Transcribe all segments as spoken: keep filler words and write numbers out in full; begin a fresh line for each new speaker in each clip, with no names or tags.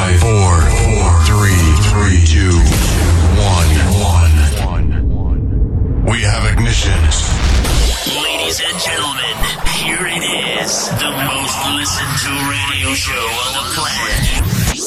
five, four, four, three, three, two, one, one. We have ignition.
Ladies and gentlemen, here it is, the most listened to radio show on the planet.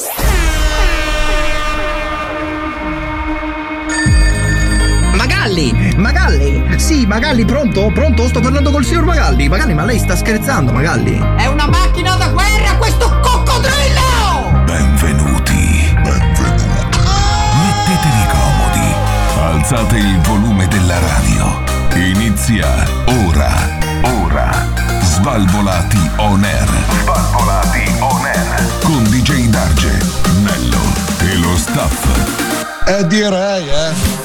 Magalli, Magalli, sì, Magalli, pronto? Pronto? Sto parlando col signor Magalli. Magalli, ma lei sta scherzando, Magalli?
È una macchina da guerra questo coccodrillo!
Benvenuti. Benvenuti. Mettetevi comodi. Alzate il volume della radio. Inizia ora. Ora. Svalvolati on air. Svalvolati on air. Con D J Darge, Nello e lo staff.
Eh direi, eh.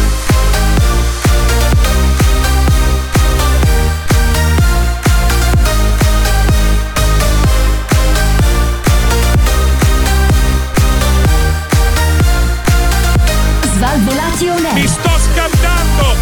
Svalvolati on air.
Mi sto scaldando!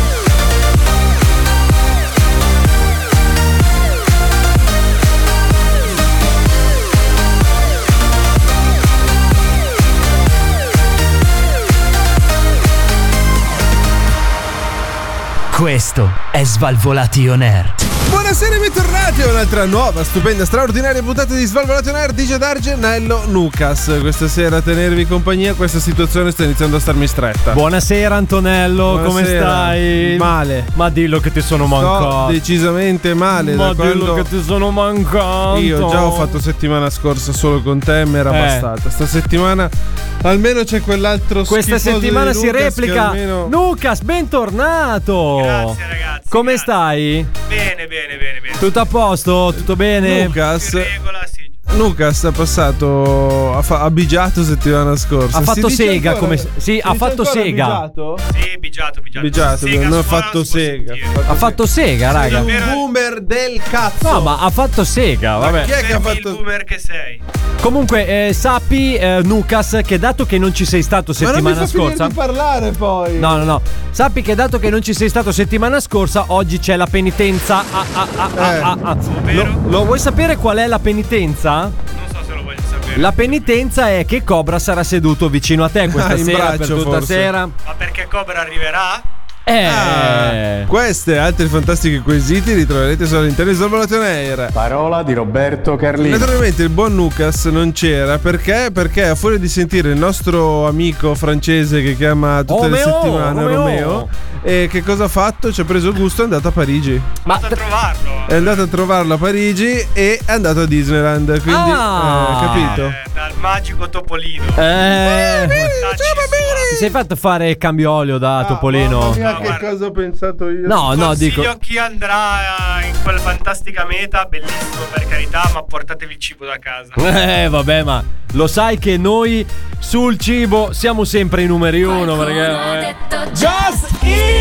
Questo è Svalvolati on air.
Buonasera e bentornati a un'altra nuova, stupenda, straordinaria puntata di Svalvolati on air. D J Darge, Nello, Nucas. Questa sera a tenervi compagnia, questa situazione sta iniziando a starmi stretta.
Buonasera Antonello,
Buonasera.
Come stai?
Male.
Ma dillo che ti sono mancato.
Sto decisamente male.
Ma
da
dillo
quando
che ti sono mancato.
Io già ho fatto settimana scorsa solo con te, mi era
Eh.
bastata. Sta settimana almeno c'è quell'altro
Questa
schifoso
settimana
di
si
Lucas
replica.
che almeno...
Nucas, bentornato.
Grazie ragazzi.
Come
grazie.
stai?
Bene, bene, bene, bene.
Tutto a posto? Tutto bene?
Lucas,
In regola, sì.
Lucas ha passato ha, fa, ha bigiato settimana scorsa.
Ha fatto
Si dice
sega
ancora-
come sì,
si
ha
dice
fatto
ancora
sega.
bigiato?
Sì, bigiato, bigiato.
Bigiato,
Sega
non ha
suona,
fatto
si può
sega.
sentire.
Ha fatto sega, raga.
Sei un boomer del cazzo.
No, ma ha fatto sega, vabbè.
Chi è che ha
Fermi
fatto
il boomer che sei.
Comunque, eh, sappi, eh, Nucas, che dato che non ci sei stato
Ma non mi
settimana
fa finire
scorsa.
di parlare poi.
No, no, no. Sappi che dato che non ci sei stato settimana scorsa, oggi c'è la penitenza. Ah, ah, ah, ah,
Eh.
ah, ah.
Ovvero?
Lo, lo vuoi sapere qual è la penitenza?
Non so se lo voglio sapere.
La penitenza è che Cobra sarà seduto vicino a te questa
Ah, in
sera per
braccio,
tutta
forse.
sera.
Ma perché Cobra arriverà?
Eh.
Ah, queste e altri fantastici quesiti li troverete solo all'interno di Svalvolati on air.
Parola di Roberto Carlini.
Naturalmente il buon Lucas non c'era perché? Perché a furia di sentire il nostro amico francese che chiama tutte le
Romeo,
settimane
Romeo.
Romeo, e che cosa ha fatto? Ci ha preso il gusto, è andato a Parigi.
Ma
Vado a trovarlo.
È andato a trovarlo a Parigi e è andato a Disneyland. Quindi,
Ah.
eh, capito?
Eh, dal magico Topolino.
Eh.
Tacci
Ti sei fatto fare il cambio olio da Topolino?
Mamma mia,
No,
che
guarda.
cosa ho pensato io?
No, no, dico.
Consiglio a chi andrà in quella fantastica meta, bellissimo per carità, ma portatevi il cibo da casa.
Eh, vabbè, ma lo sai che noi sul cibo siamo sempre i numeri uno, perché eh.
Just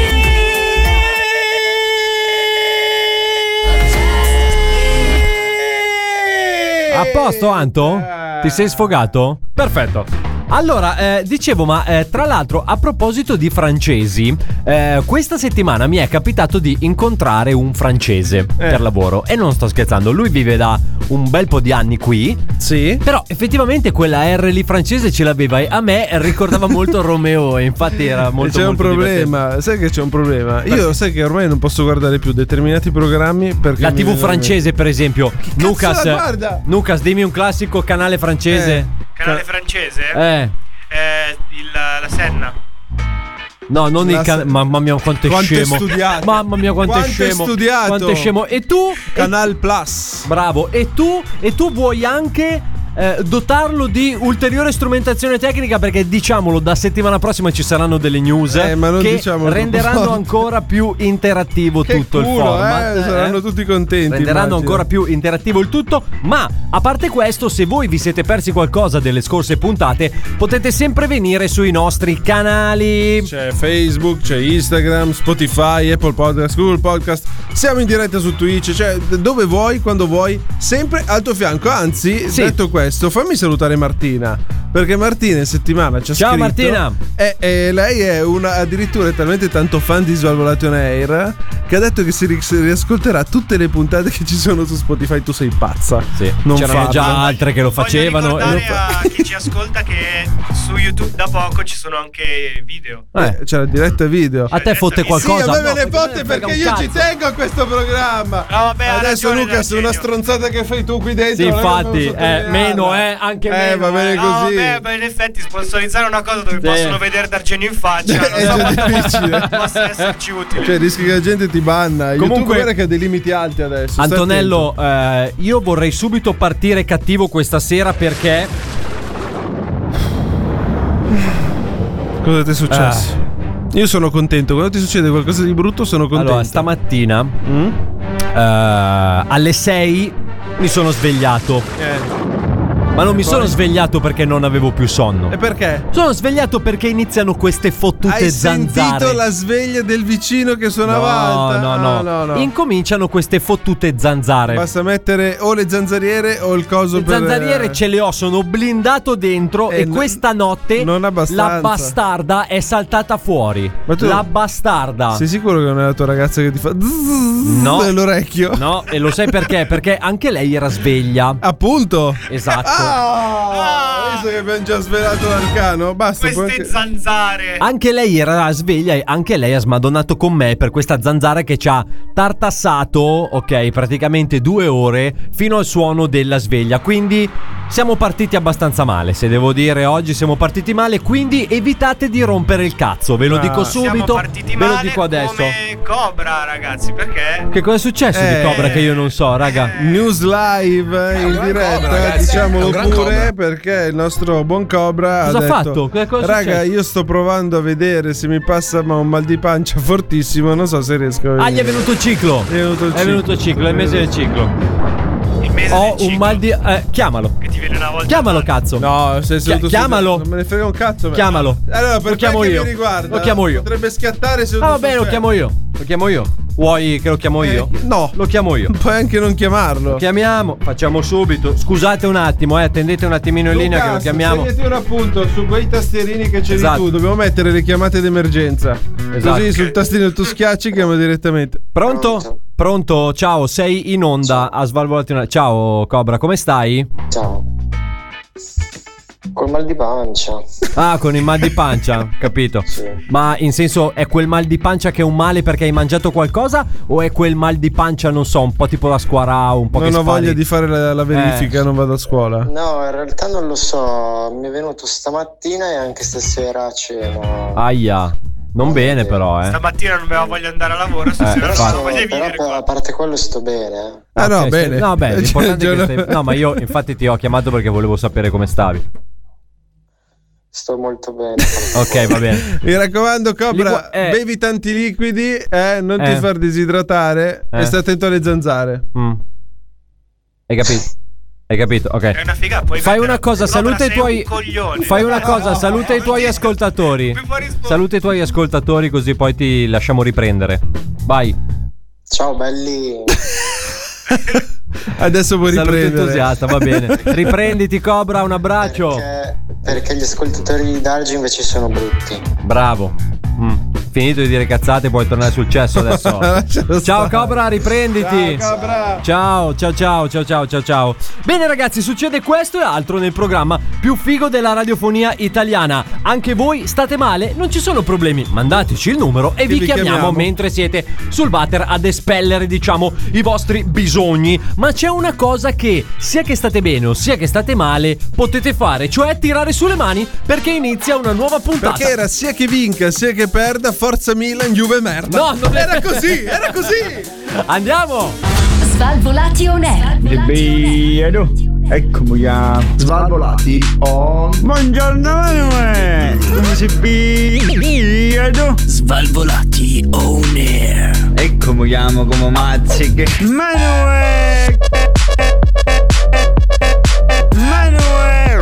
A posto, Anto? Ti sei sfogato? Perfetto. Allora, eh, dicevo, ma eh, tra l'altro, a proposito di francesi, eh, questa settimana mi è capitato di incontrare un francese per lavoro. E non sto scherzando, lui vive da un bel po' di anni qui.
Sì.
Però effettivamente quella R lì francese ce l'aveva e a me ricordava molto Romeo e infatti era molto
C'è un
molto
problema,
divertente.
sai che c'è un problema. Io sai che ormai non posso guardare più determinati programmi perché
La
mi
tivù
viene-
francese, per esempio.
cazzo
Lucas,
la guarda?
Lucas, dimmi un classico canale francese.
Canale francese?
Eh.
Eh, il, la Senna.
No, non
La
il can-
se-
Mamma mia, quanto è
Quanto è
scemo.
studiato.
Mamma mia, quanto,
Quanto
è
è
scemo.
studiato.
Quanto è scemo. E tu?
Canal Plus.
Bravo. E tu? E tu vuoi anche eh, dotarlo di ulteriore strumentazione tecnica, perché diciamolo, da settimana prossima ci saranno delle news
Eh, ma non
che
diciamolo
renderanno
troppo
ancora più interattivo
Che
tutto
culo,
il format.
eh, saranno tutti contenti,
Renderanno
immagino.
ancora più interattivo il tutto. Ma a parte questo, se voi vi siete persi qualcosa delle scorse puntate, potete sempre venire sui nostri canali.
C'è Facebook, c'è Instagram, Spotify, Apple Podcast, Google Podcast. Siamo in diretta su Twitch, cioè dove vuoi, quando vuoi, sempre al tuo fianco. Anzi,
Sì.
detto questo, fammi salutare Martina, Perché Martina in settimana ci ha
Ciao
scritto.
Martina.
E, e lei è una addirittura è talmente tanto fan di Svalvolati on Air che ha detto che si ri- si riascolterà tutte le puntate che ci sono su Spotify. Tu sei pazza.
Sì.
Non
C'erano
farlo.
già altre che lo facevano.
Voglio ricordare a chi ci ascolta che su YouTube da poco ci sono anche video.
Eh, c'è la diretta video.
A te fotte qualcosa?
Sì, a me me
No,
ne fotte
me ne
perché
frega
io
un
ci
cazzo.
tengo a questo programma.
No, vabbè, ha
Adesso
ragione,
Lucas,
D'Argenio.
una stronzata che fai tu qui dentro.
Sì,
non è che
infatti,
devo
eh,
sottolinearla.
meno, eh, anche
Eh,
meno.
va bene
eh.
No,
così.
vabbè, ma in effetti sponsorizzare una cosa dove
Sì.
possono vedere D'Argenio in faccia non
È
so
già
quanto
difficile.
possa esserci utile.
Cioè, rischi che la gente ti banna.
Comunque-
YouTube guarda che ha dei limiti alti adesso. stai
Antonello, eh, io vorrei subito partire cattivo questa sera perché.
attento. Cosa ti è successo? Io sono contento. Quando ti succede qualcosa di brutto, sono contento.
Allora, stamattina
Mm?
eh, alle sei mi sono svegliato.
Eh.
Ma non mi
Poi?
sono svegliato perché non avevo più sonno.
E perché?
Sono svegliato perché iniziano queste fottute
Hai
zanzare.
sentito la sveglia del vicino che suonava
No,
alta?
no,
Ah,
no,
no, no.
Incominciano queste fottute zanzare.
Basta mettere o le zanzariere o il coso
Le
per
zanzariere ce le ho, sono blindato dentro
Eh,
e
no-
questa notte
non abbastanza.
la bastarda è saltata fuori.
Ma tu-
La bastarda.
Sei sicuro che non è la tua ragazza che ti fa
No.
nell'orecchio?
No, e lo sai perché? Perché anche lei era sveglia.
Appunto.
Esatto.
Ah, visto che abbiamo già svelato l'arcano, basta. puoi
Queste
anche-
zanzare.
Anche lei era sveglia e anche lei ha smadonnato con me per questa zanzara che ci ha tartassato, ok, praticamente due ore fino al suono della sveglia. Quindi siamo partiti abbastanza male, se devo dire oggi siamo partiti male, quindi evitate di rompere il cazzo, ve lo
Ah.
dico
Siamo
subito,
partiti
ve lo
male
dico adesso.
come Cobra, ragazzi, perché?
Che cosa è successo
Eh.
di Cobra che io non so, raga?
News live in diretta, diciamolo pure, perché il nostro buon Cobra
Cosa
ha
ha
detto,
fatto? Che cosa è
raga,
successo?"
io sto provando a vedere se mi passa ma un mal di pancia fortissimo, non so se riesco a
Ah, gli è venuto il ciclo.
È venuto il
È venuto il ciclo, è il mese del ciclo.
Il mese
Ho
del
un
ciclo,
mal di eh, chiamalo.
che ti viene una volta.
Chiamalo, cazzo.
No, sei seduto
Chia- chiamalo.
sul- Non me ne frega un cazzo. ma-
Chiamalo.
Allora, per
Lo chiamo
quel che
io.
mi riguarda,
Lo chiamo io.
Potrebbe schiattare se
Ah, va bene, lo chiamo io. Lo chiamo io. Vuoi che lo chiamo io?
Eh, no.
Lo chiamo io.
Puoi anche non chiamarlo.
Chiamiamo, facciamo subito. Scusate un attimo, eh, attendete un attimino in linea che lo chiamiamo.
Segnati un appunto su quei tastierini che c'è
Esatto.
tu. Dobbiamo mettere le chiamate d'emergenza.
Esatto.
Così sul tastino tu schiacci, chiama direttamente.
Pronto? Pronto? Ciao, sei in onda a Svalvolati on Air. Ciao Cobra, come stai?
Ciao. Col mal di pancia.
Ah, con il mal di pancia, capito.
Sì.
Ma in senso è quel mal di pancia che è un male perché hai mangiato qualcosa o è quel mal di pancia, non so, un po' tipo la squara, un po'
Non
che
ho
spari?
voglia di fare la, la verifica,
Eh.
non vado a scuola.
No, in realtà non lo so. Mi è venuto stamattina e anche stasera a cena.
Aia. Non bene però, eh.
Stamattina non aveva voglia di andare a lavoro, stasera
Eh,
non
infatti.
ho voglia di
Però
venire
per-
qua.
a parte quello sto bene. eh.
Ah, no,
Ok,
bene.
No, beh, l'importante è che
Cioè,
stai... No, ma io infatti ti ho chiamato perché volevo sapere come stavi.
Sto molto bene.
Ok, va bene.
Mi raccomando, Cobra,
Liqu- eh.
bevi tanti liquidi, eh, non ti
Eh.
far disidratare
Eh.
e stai attento alle zanzare.
Mm. Hai capito? Hai capito? Ok.
È una figa, puoi
Fai
mettere-
una cosa,
Cobra,
saluta i
sei
tuoi.
un coglione.
Fai una cosa,
No,
saluta i
non
tuoi
ti-
ascoltatori.
non mi puoi rispondere.
Saluta i tuoi ascoltatori così poi ti lasciamo riprendere. Vai.
Ciao belli.
Adesso puoi
Saluto
riprendere.
entusiasta, va bene. Riprenditi Cobra, un abbraccio.
Perché, perché gli ascoltatori di Dargi invece sono brutti.
Bravo. Mm. Finito di dire cazzate, puoi tornare sul cesso adesso.
Lascialo
Ciao
stare.
Cobra, riprenditi.
Ciao, Cobra.
Ciao, ciao, ciao, ciao, ciao, ciao, ciao. Bene ragazzi, succede questo e altro nel programma più figo della radiofonia italiana. Anche voi state male? Non ci sono problemi. Mandateci il numero e
Che
vi
vi
chiamiamo,
chiamiamo.
mentre siete sul water ad espellere, diciamo, i vostri bisogni. Ma c'è una cosa che, sia che state bene o sia che state male, potete fare, cioè tirare sulle mani perché inizia una nuova puntata.
Perché era sia che vinca sia che perda, Forza Milan, Juve merda.
No, non è-
era così, era così.
Andiamo!
Svalvolati on air.
Bello, eccomi qua.
Svalvolati on.
Buongiorno Manuel. Come si bello?
Svalvolati on air.
Eccomi chiamo come mazziche. Manuel. Manuel.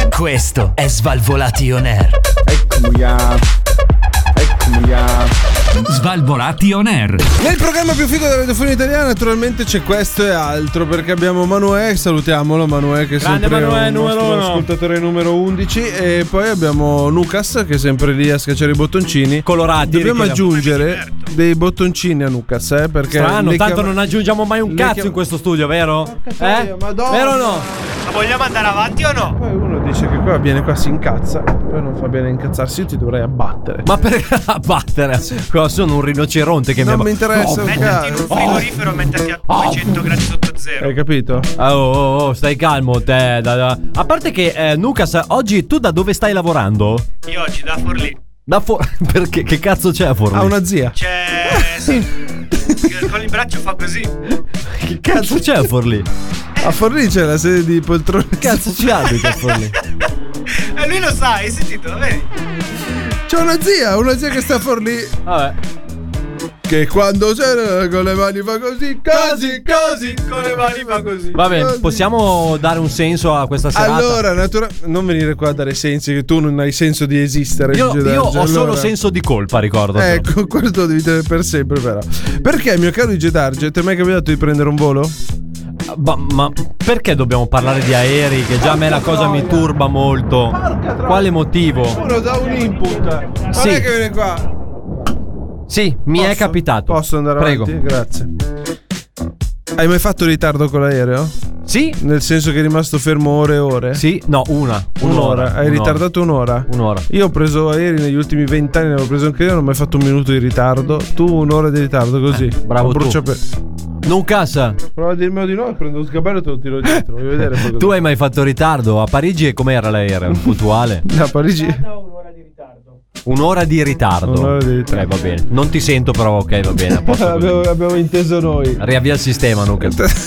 Questo è Svalvolati on air.
Eccomi qua. Eccomi qua.
Svalvolati on air.
Nel programma più figo della radiofonia italiana naturalmente c'è questo e altro, perché abbiamo Manuè, salutiamolo Manuè che è
Grande
sempre
Manuè,
un
numero
nostro
uno.
ascoltatore numero undici, e poi abbiamo Nucas che è sempre lì a schiacciare i bottoncini
colorati.
Dobbiamo
richiediamo.
aggiungere dei bottoncini a Nucas, eh, perché
Strano,
le
tanto
chiam-
non aggiungiamo mai un
le
cazzo
chiam-
in questo studio, vero?
troia,
Eh?
Madonna.
Vero o no?
Ma vogliamo andare avanti o no?
Poi uno dice che qua viene qua si incazza, poi non fa bene incazzarsi, io ti dovrei abbattere.
Ma perché abbattere? Qua sono un rinoceronte che
Non
mi
mi interessa un
Mettiti in un
cazzo.
frigorifero e mettiti a duecento gradi sotto zero.
Hai capito?
Oh, oh, oh, stai calmo te. Da, da. A parte che eh, Nucas, oggi tu da dove stai lavorando?
Io oggi da Forlì.
Da For- perché che cazzo c'è a Forlì?
Ha una zia.
C'è. Con il braccio fa così.
Che cazzo c'è a Forlì?
A Forlì c'è la sede di poltrone.
Che cazzo ci abita a Forlì?
E lui lo sa, hai sentito, vedi?
C'è una zia, una zia che sta a Forlì.
Vabbè.
Che quando c'era con le mani fa così, così, così, con le mani fa così.
Va bene,
così.
possiamo dare un senso a questa serata?
Allora, natura- non venire qua a dare sensi, che tu non hai senso di esistere.
Io,
Gigi
io
Darge.
ho solo
Allora-
senso di colpa, ricordo.
Ecco, questo devi tenere per sempre, però. Perché, mio caro Gigi Darge, ti è mai capitato di prendere un volo?
Ma, ma perché dobbiamo parlare di aerei? Che già a me la cosa mi turba molto. Quale motivo?
Uno dà un input. Non
Sì.
è che viene qua.
Sì, mi
Posso?
è capitato.
Posso andare
Prego.
avanti? Grazie. Hai mai fatto ritardo con l'aereo?
Sì.
Nel senso che è rimasto fermo ore e ore?
Sì, no, una.
Un'ora. Hai
un'ora.
ritardato un'ora?
Un'ora.
Io ho preso aerei negli ultimi vent'anni, ne avevo preso anche io, non ho mai fatto un minuto di ritardo. Tu un'ora di ritardo così.
Eh, bravo
A
tu.
bruciapelo.
Non cassa.
Prova a dirmelo di no, prendo un sgabello e te lo tiro dietro. Voglio vedere poi
Tu hai mai fatto ritardo? A Parigi e com'era l'aereo? Puntuale?
Da Parigi.
Un'ora di ritardo.
Un'ora di ritardo.
Ok, va bene. Non ti sento, però ok, va bene. a posto così.
abbiamo, abbiamo inteso noi.
Riavvia il sistema, Luca.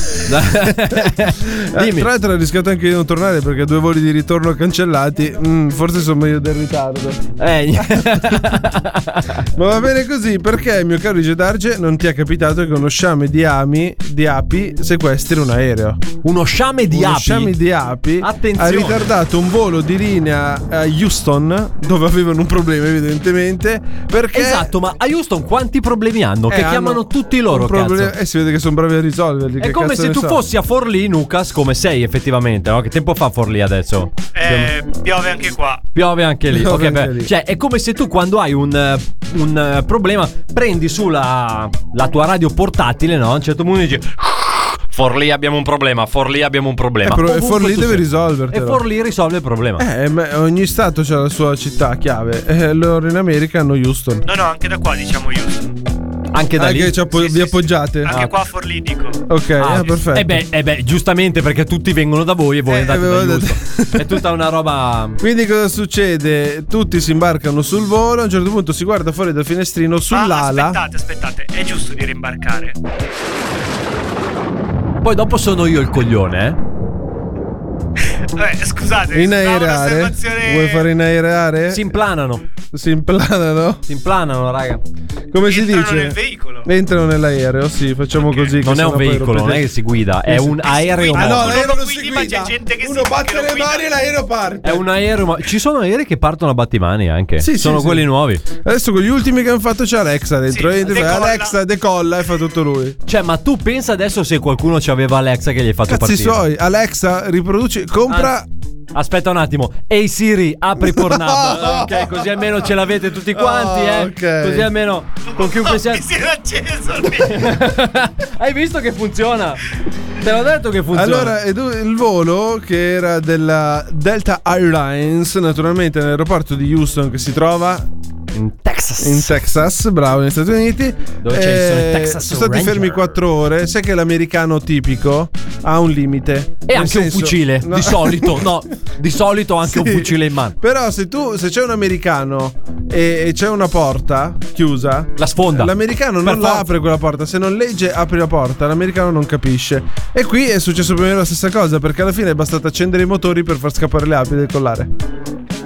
Eh,
Dimmi.
tra l'altro ho rischiato anche di non tornare perché due voli di ritorno cancellati. Mm, forse sono meglio del ritardo.
Eh.
Ma va bene così, perché, mio caro Gigi Darge, non ti è capitato che uno sciame di ami di api sequestri un aereo?
Uno sciame di
uno
api?
sciame di api
Attenzione.
ha ritardato un volo di linea a Houston, dove avevano un problema evidentemente, perché
Esatto, ma a Houston quanti problemi hanno?
Eh,
che
hanno
chiamano tutti loro,
un problema-
cazzo.
E si vede che sono bravi a risolverli.
È
che
come
cazzo
se
ne
tu
so.
fossi a Forlì, Lucas, come sei effettivamente, no? Che tempo fa Forlì adesso?
Eh, piove anche qua.
Piove anche lì.
Piove
Ok,
anche
beh.
lì.
Cioè, è come se tu quando hai un, eh, un eh, problema prendi su la, la tua radio portatile, no? A un certo punto dici Forlì abbiamo un problema, Forlì abbiamo un problema.
Eh, però- e
Ovunque
Forlì
tu
deve
sei.
risolvertelo.
E Forlì risolve il problema.
Eh, ma ogni stato ha la sua città chiave. Eh, loro in America hanno Houston.
No, no, anche da qua diciamo Houston.
Anche da
Anche
lì.
ci appo-
Sì,
vi
sì,
appoggiate?
Anche
Ah,
qua a Forlì dico.
ok,
Ah,
eh,
ok.
perfetto.
Eh beh, eh beh, giustamente perché tutti vengono da voi e voi
Eh,
andate da
avevo detto-
Houston. È tutta una roba.
Quindi cosa succede? Tutti si imbarcano sul volo, a un certo punto si guarda fuori dal finestrino
Ma
sull'ala.
aspettate, aspettate, è giusto di rimbarcare.
Poi dopo sono io il coglione, eh?
Vabbè, scusate,
In
stavo
aereare?
un'osservazione-
Vuoi fare in aereare?
Si implanano.
Si implanano?
Si implanano, raga.
Come si
Entrano
dice?
nel veicolo.
Entrano nell'aereo, sì, facciamo
Ok.
così. che
Non è
sennò
un
poi
veicolo, non
rompete-
è che si guida, è un aereo.
guida.
Ah no,
Uno
l'aereo
lo
non
guidi,
si
ma
guida.
c'è gente che
Uno
si-
batte
che lo
le
guida.
mani e l'aereo parte.
È un aereo, ma ci sono aerei che partono a battimani anche.
Sì, sì,
sono
sì.
quelli nuovi.
Adesso con gli ultimi che hanno fatto c'è Alexa dentro.
Sì,
Entri, fai,
decolla.
Alexa decolla e fa tutto lui.
Cioè, ma tu pensa adesso se qualcuno ci aveva Alexa che gli hai fatto
Cazzi
partire.
suoi, Alexa riproduci, compra.
Ah, aspetta un attimo. Ehi Siri, apri Pornhub. Ok, così almeno ce l'avete tutti quanti, eh.
Oh, ok.
Così almeno con chiunque sia.
Mi si era acceso lì.
Hai visto che funziona? Te l'ho detto che funziona.
Allora, ed- il volo che era della Delta Airlines, naturalmente nell'aeroporto di Houston, che si trova
in Texas.
in Texas, bravo, negli Stati Uniti.
Dove c'è-
Eh,
sono i Texas
sono stati
Ranger.
fermi quattro ore. Sai che l'americano tipico ha un limite.
E
Nel
anche un
senso-
fucile,
no.
di solito. No, di solito anche un
Sì.
fucile in mano.
Però se tu se c'è un americano e, e c'è una porta chiusa,
La sfonda.
l'americano
Per
non la
forza.
apre quella porta. Se non legge apri la porta, l'americano non capisce. E qui è successo più o meno la stessa cosa, perché alla fine è bastato accendere i motori per far scappare le api e decollare.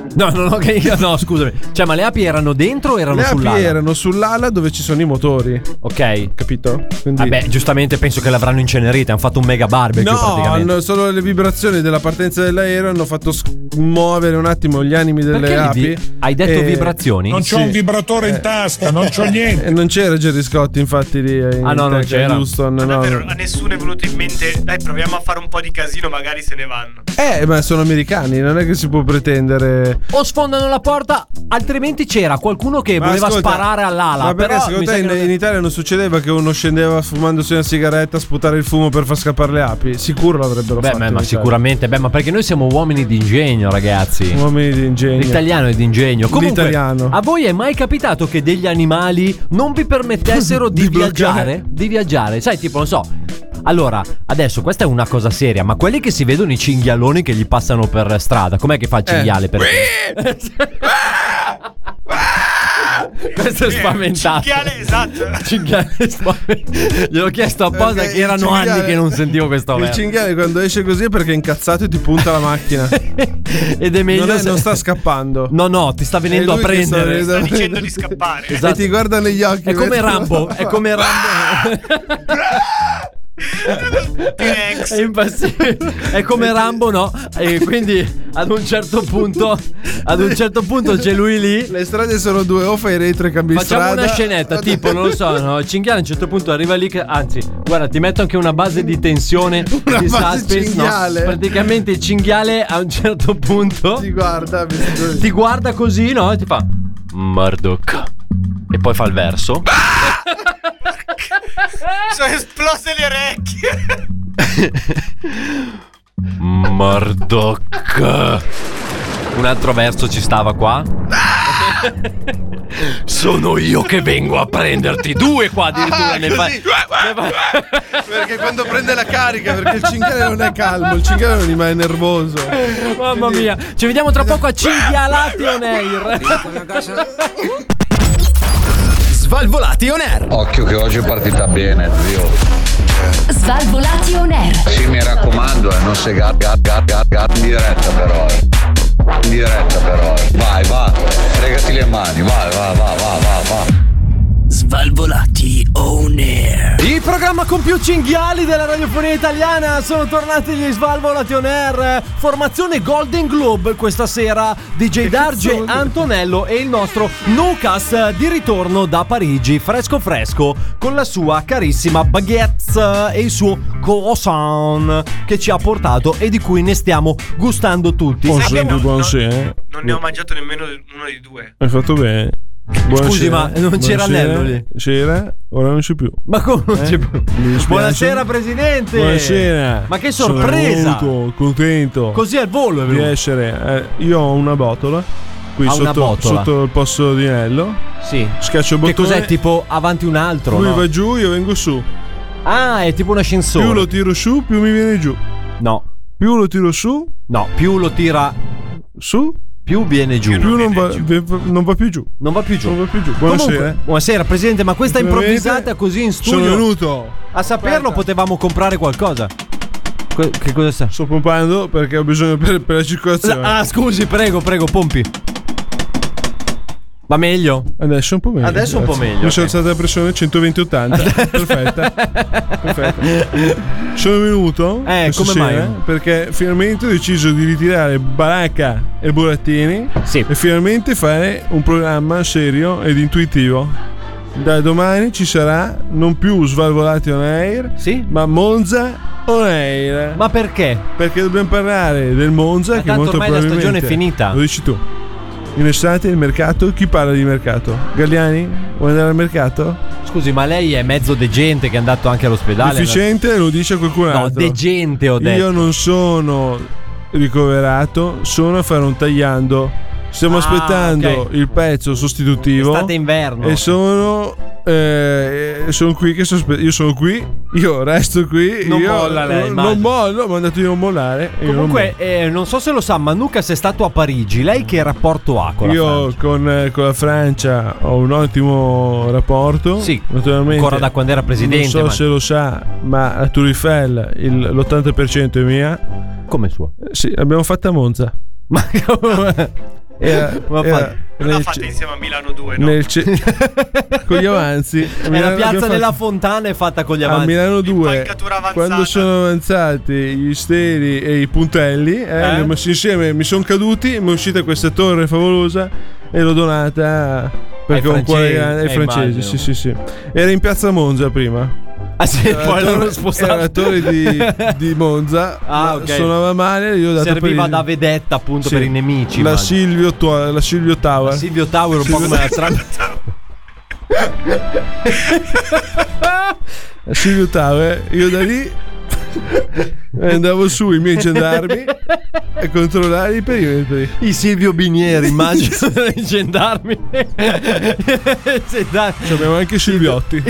No, no, no, che, no, scusami. Cioè, ma le api erano dentro o erano
Le
sull'ala?
api erano sull'ala dove ci sono i motori.
Ok.
Capito? Quindi...
Vabbè, giustamente penso che l'avranno incenerita. Hanno fatto un mega barbecue
No,
praticamente.
hanno solo le vibrazioni della partenza dell'aereo hanno fatto muovere un attimo gli animi delle
Perché
api.
vi- hai detto
e-
vibrazioni?
Non c'ho
Sì.
un vibratore in tasca, non c'ho niente.
E non c'era Gerry Scotti, infatti, lì in
Ah, no, non
tech, a
c'era.
Houston, no,
Davvero,
no.
a nessuno è venuto in mente. Dai, proviamo a fare un po' di casino, magari se ne vanno.
Eh, ma sono americani, non è che si può pretendere.
O sfondano la porta, altrimenti c'era qualcuno che
Ma
voleva
ascolta,
sparare all'ala.
Ma perché
però
secondo
mi
te
sa
in,
che non-
in Italia non succedeva che uno scendeva fumandosi una sigaretta a sputare il fumo per far scappare le api? Sicuro l'avrebbero
Beh,
fatto.
ma,
in
ma
Italia.
sicuramente, beh, ma perché noi siamo uomini di ingegno, ragazzi.
Uomini di ingegno.
L'italiano è di ingegno. Comunque,
L'italiano.
a voi è mai capitato che degli animali non vi permettessero di,
Di
viaggiare?
bloccare?
Di viaggiare, sai, tipo, non so. Allora, adesso questa è una cosa seria, ma quelli che si vedono i cinghialoni che gli passano per strada, com'è che fa il cinghiale? Per Questo è spaventato.
Cinghiale, esatto.
Cinghiale spaventato. Gliel'ho chiesto apposta
Perché
che erano
il cinghiale-
anni che non sentivo questo
Il
verbo.
cinghiale quando esce così è perché è incazzato e ti punta la macchina.
Ed è meglio
non, è-
se-
non sta scappando.
No, no, ti sta venendo
È
a
lui che sta
prendere.
venendo a
Sta dicendo
prendere.
di scappare.
Esatto.
E ti guarda negli occhi.
È come
vedi?
Rambo, è come Rambo.
T-Rex.
È impazzito. È come Rambo, no? E quindi ad un certo punto, ad un certo punto c'è lui lì.
Le strade sono due, o fai retro e cambi
Facciamo
strada.
una scenetta, tipo, non lo so, no? Il cinghiale a un certo punto arriva lì che, anzi, guarda, ti metto anche una base di tensione,
Una
di
base
suspense, no?
cinghiale.
Praticamente il cinghiale a un certo punto
Ti guarda,
ti guarda così, no? E ti fa Murdoch. E poi fa il verso.
Sono esplose le orecchie.
Murdoch. Un altro verso ci stava qua. Sono io che vengo a prenderti. Due qua addirittura
Ah,
ne fa.
così. Perché quando prende la carica, perché il cinghiale non è calmo, il cinghiale rimane nervoso.
Mamma
Quindi-
mia. Ci vediamo tra poco a Cinghialati on air.
Svalvolati on air.
Occhio che oggi è partita bene, zio.
Svalvolati on air.
Sì, mi raccomando, eh, non sei gat, gat, gat, gat, gat. In diretta però, eh. In diretta però, eh. Vai, va, fregati le mani, vai, va, va, va, va, va.
Svalvolati on air.
Il programma con più cinghiali della radiofonia italiana. Sono tornati gli Svalvolati on air. Formazione Golden Globe questa sera. D J Darge, Antonello e il nostro Nucas di ritorno da Parigi, fresco fresco, con la sua carissima baguette e il suo croissant che ci ha portato e di cui ne stiamo gustando tutti.
Buon
Sai che
sempre,
no,
buon
no,
sì, eh.
Non ne ho mangiato nemmeno uno dei due.
Hai fatto bene. Buonasera.
Scusi, ma non c'era
Buonasera.
Nello lì?
C'era, ora non c'è più.
Ma come non
Eh?
c'è più?
Mi dispiace.
Buonasera presidente.
Buonasera.
Ma che sorpresa.
Sono venuto, contento
Così al volo è
di
venuto.
essere. eh, io ho una botola qui
Ha
sotto,
una botola.
sotto il posto di Nello.
Sì.
Schiaccio il
Che
bottone.
cos'è? Tipo avanti un altro?
Lui
no?
va giù, io vengo su.
Ah, è tipo un ascensore.
Più lo tiro su, più mi viene giù.
No.
Più lo tiro su,
No, più lo tira
su,
più viene giù.
più non va, non va più giù.
Non va più giù.
Non va più giù. Buonasera.
Comunque, buonasera presidente, ma questa
Ultimamente
improvvisata così in studio.
Sono venuto.
A saperlo
Aspetta.
potevamo comprare qualcosa. Que- che cosa sta?
Sto pompando perché ho bisogno per, per la circolazione.
Ah, scusi, prego, prego, pompi. Va meglio?
Adesso un po' meglio.
Adesso un po'
grazie.
meglio,
Mi sono
ok.
alzata la pressione centoventi ottanta. Perfetta. Perfetta. Sono venuto
Eh,
questa
come
sera
mai?
perché finalmente ho deciso di ritirare Baracca e Burattini
Sì.
e finalmente fare un programma serio ed intuitivo. Da domani ci sarà non più Svalvolati on air,
Sì?
ma Monza on air.
Ma perché?
Perché dobbiamo parlare del Monza
Ma
che
tanto
molto
ormai la
probabilmente
stagione è finita.
Lo dici tu. In estate il mercato, chi parla di mercato? Galliani? Vuoi andare al mercato?
Scusi, ma lei è mezzo degente che è andato anche all'ospedale?
Deficiente lo dice qualcun
No,
altro.
degente ho detto.
Io non sono ricoverato, sono a fare un tagliando. Stiamo
Ah,
aspettando
ok.
il pezzo sostitutivo.
Estate e inverno.
E sono eh, sono qui che sospe- io sono qui, io resto qui.
Non
io
molla lei,
non,
immagino.
non mollo, mi hanno detto di non mollare. e io non
Comunque, eh, non so se lo sa, ma Nucas è stato a Parigi. Lei che rapporto ha con la
Io
Francia?
con, eh, con la Francia ho un ottimo rapporto.
Sì,
naturalmente.
ancora da quando era presidente,
Non so
ma-
se lo sa, ma a Tour Eiffel il- l'ottanta per cento è mia.
Come suo?
Eh, Sì, abbiamo fatto a Monza.
Ma come?
Era,
Ma
era
non la
nel
fate
ce-
insieme a Milano due, no?
nel ce- con gli avanzi.
E la piazza della Fontana è fatta con gli avanzi.
A Milano due, quando sono avanzati gli steli e i puntelli, eh,
Eh?
li ho messi insieme, mi sono caduti, mi è uscita questa torre favolosa e l'ho donata perché
Ai
ho un cuore
francesi,
grande ai
eh,
francesi.
immagino.
Sì, sì, sì. Era in piazza Monza prima.
Ah sì,
Era
poi
la
l'hanno
torre-
spostato.
Era la torre di, di Monza.
Ah, ok.
Suonava male, io ho dato
Serviva
per il-
da vedetta appunto
Sì.
per i nemici.
La
immagino.
Silvio, Tua- la Silvio Tower.
La Silvio Tower, un po' come la tra-
La Silvio Tower, io da lì andavo su i miei gendarmi a controllare i perimetri.
I Silvio Binieri, immagino, i gendarmi. Gendarmi.
Ci abbiamo anche Silviotti.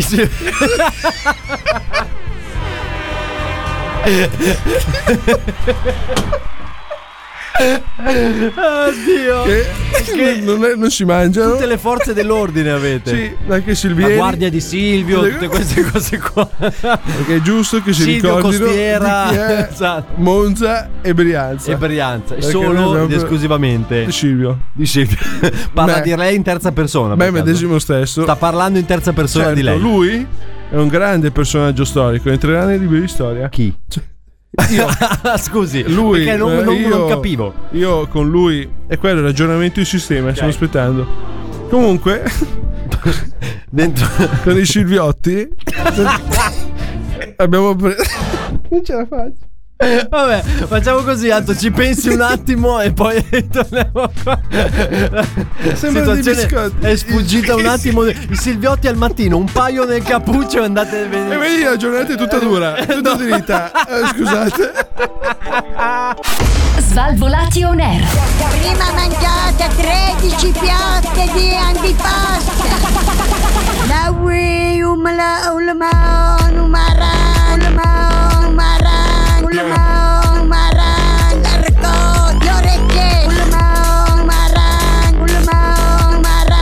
Oddio.
Che, che non, è- non si mangiano.
Tutte le forze dell'ordine avete.
Sì, anche Silvieri.
La guardia di Silvio, tutte queste cose qua.
Perché è giusto che si
Silvio
ricordino
Costiera,
di chi è
esatto.
Monza e Brianza.
E Brianza,
Perché
solo
noi abbiamo-
ed esclusivamente
di Silvio.
di Silvio. Parla
Beh.
di lei in terza persona.
Beh,
per caso.
medesimo stesso.
Sta parlando in terza persona
Certo,
di lei.
lui è un grande personaggio storico. Entrerà nei libri di storia.
Chi?
Io.
Scusi,
Lui,
perché non,
eh,
non-
io,
non capivo.
Io con lui, e quello è il ragionamento di sistema, stiamo aspettando. Comunque,
dentro
con i Silviotti abbiamo preso. Non ce la faccio.
Vabbè, facciamo così, Anto, ci pensi un attimo e poi torniamo qua.
Sembra di
Situazione
biscotti.
è sfuggita un attimo. I Silviotti al mattino, un paio nel cappuccio e andate a
E
vedere.
vedi la giornata è tutta dura, tutta dritta. Eh, scusate.
Svalvolati on air.
Prima mangiate tredici piatte di antipasto. La ui umla ulma numara ulma umara ulma umara l'arco le orecchie ulma umara ulma umara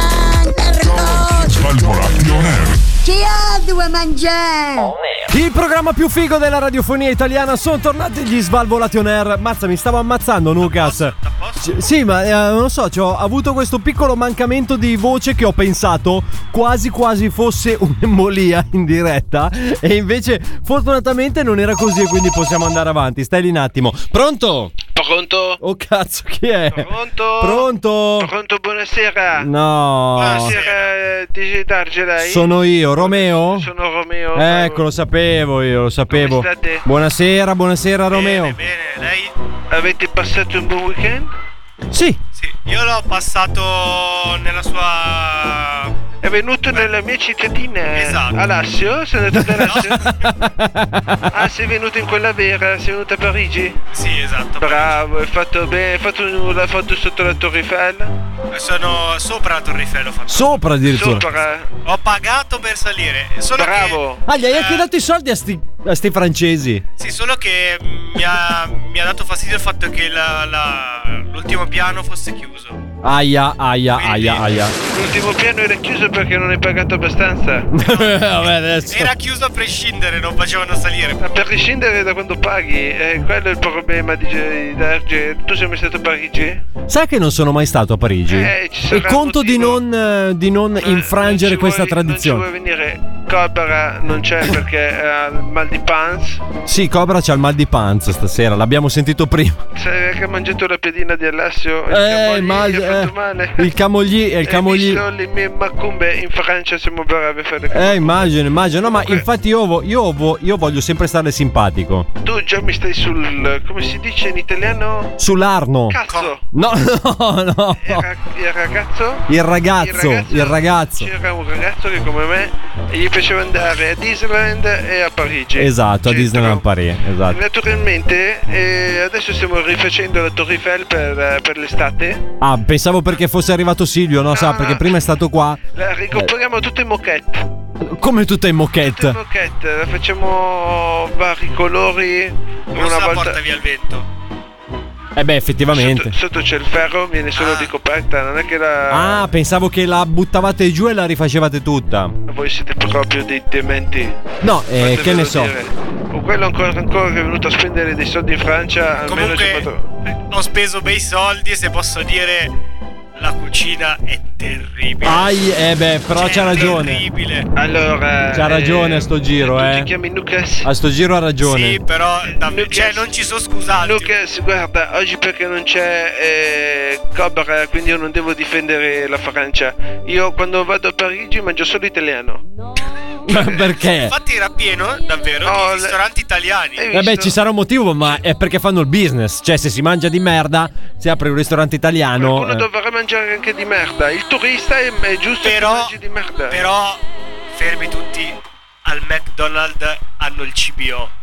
l'arco.
Svalvolati on air.
Chi ha due mangiare?
Il programma più figo della radiofonia italiana, sono tornati gli Svalvolati on air. Mazza, mi stavo ammazzando, Lucas. C- Sì, ma eh, non lo so, cioè, ho avuto questo piccolo mancamento di voce che ho pensato quasi quasi fosse un'embolia in diretta. E invece fortunatamente non era così e quindi possiamo andare avanti. Stai lì un attimo. Pronto?
Pronto?
Oh cazzo, chi è?
Pronto?
Pronto?
Pronto, buonasera.
No.
Buonasera, D J Darge lei?
Sono io, Romeo?
Sono Romeo.
Ecco, lo sapevo io, lo sapevo.
Come state?
Buonasera, buonasera Romeo.
Bene, bene, lei?
Avete passato un buon weekend?
Sì.
Sì, io l'ho passato nella sua...
È venuto nella mia cittadina.
Esatto.
A Lassio? Sei andato da Lassio? Ah, sei venuto in quella vera? Sei venuto a Parigi?
Sì, esatto.
Bravo, hai fatto bene. Hai fatto la foto sotto la Torre Eiffel?
Sono sopra la Torre Eiffel, ho fatto.
Sopra addirittura.
Sopra.
Ho pagato per salire. Solo
Bravo.
Ah, gli hai anche dato i soldi a sti, a sti francesi.
Che, sì, solo che mi ha, mi ha dato fastidio il fatto che la- la- l'ultimo piano fosse chiuso.
Aia, aia,
Quindi-
aia, aia.
L'ultimo piano era chiuso perché non hai pagato abbastanza.
Vabbè, adesso.
Era chiuso a prescindere, non facevano salire.
Ma per prescindere da quando paghi, eh, quello è il problema di di Darge. Tu sei mai stato a Parigi?
Sai che non sono mai stato a Parigi?
Eh, ci sarà
e conto
un
di
motivo.
non, eh, di non infrangere
Non ci
questa
vuoi-
tradizione.
Non ci vuoi venire. Cobra non c'è perché ha il mal di pants.
Sì, Cobra c'ha il mal di panza stasera, l'abbiamo sentito prima.
Sai che ha mangiato la piedina di Alassio? Il
Eh,
camogli
ma-
gli ha fatto
eh,
male.
il camogli e il
Hai
camogli.
visto le mie macumbe in Francia siamo bravi a fare
Eh, immagino, immagino. No, ma infatti io, vo- io, vo- io voglio sempre stare simpatico.
Tu già mi stai sul. Come si dice in italiano?
Sull'arno.
Cazzo!
No, no, no.
Il, ra- il ragazzo?
Il ragazzo, il ragazzo.
C'era un ragazzo che come me e gli piaceva andare a Disneyland e a Parigi.
Esatto, a Disneyland Paris, esatto.
Naturalmente eh, adesso stiamo rifacendo la Torre Eiffel per, eh, per l'estate.
Ah, pensavo perché fosse arrivato Silvio, no, sa, perché prima è stato qua.
La ricompriamo tutte in moquette.
Come tutta in moquette.
Moquette, la facciamo vari colori.
Non
una
se la
volta.
porta via il vento.
Eh beh, effettivamente.
Sotto, sotto c'è il ferro, viene solo ricoperta, non è che la.
Ah, pensavo che la buttavate giù e la rifacevate tutta.
Voi siete proprio dei dementi.
No, eh, che ne so.
Dire. O quello ancora, ancora che è venuto a spendere dei soldi in Francia, almeno ci ha
Comunque
fatto.
ho speso bei soldi e se posso dire la cucina è terribile.
Ai, eh beh, però cioè, c'ha ragione.
Terribile.
Allora,
c'ha ragione a
eh,
sto giro, eh.
Ti chiami Lucas?
A sto giro ha ragione.
Sì, però davvero, cioè non ci sono scusati.
Lucas, guarda, oggi perché non c'è eh, Cobra, quindi io non devo difendere la Francia. Io quando vado a Parigi mangio solo italiano.
Ma perché?
Infatti era pieno, davvero,
Oh,
di ristoranti italiani.
Vabbè, ci sarà un motivo, ma è perché fanno il business. Cioè, se si mangia di merda, si apre un ristorante italiano.
Uno
eh.
dovrà mangiare anche di merda. Il turista è, è giusto
Però-
che mangi di merda.
Però, fermi tutti, al McDonald's hanno il C B O.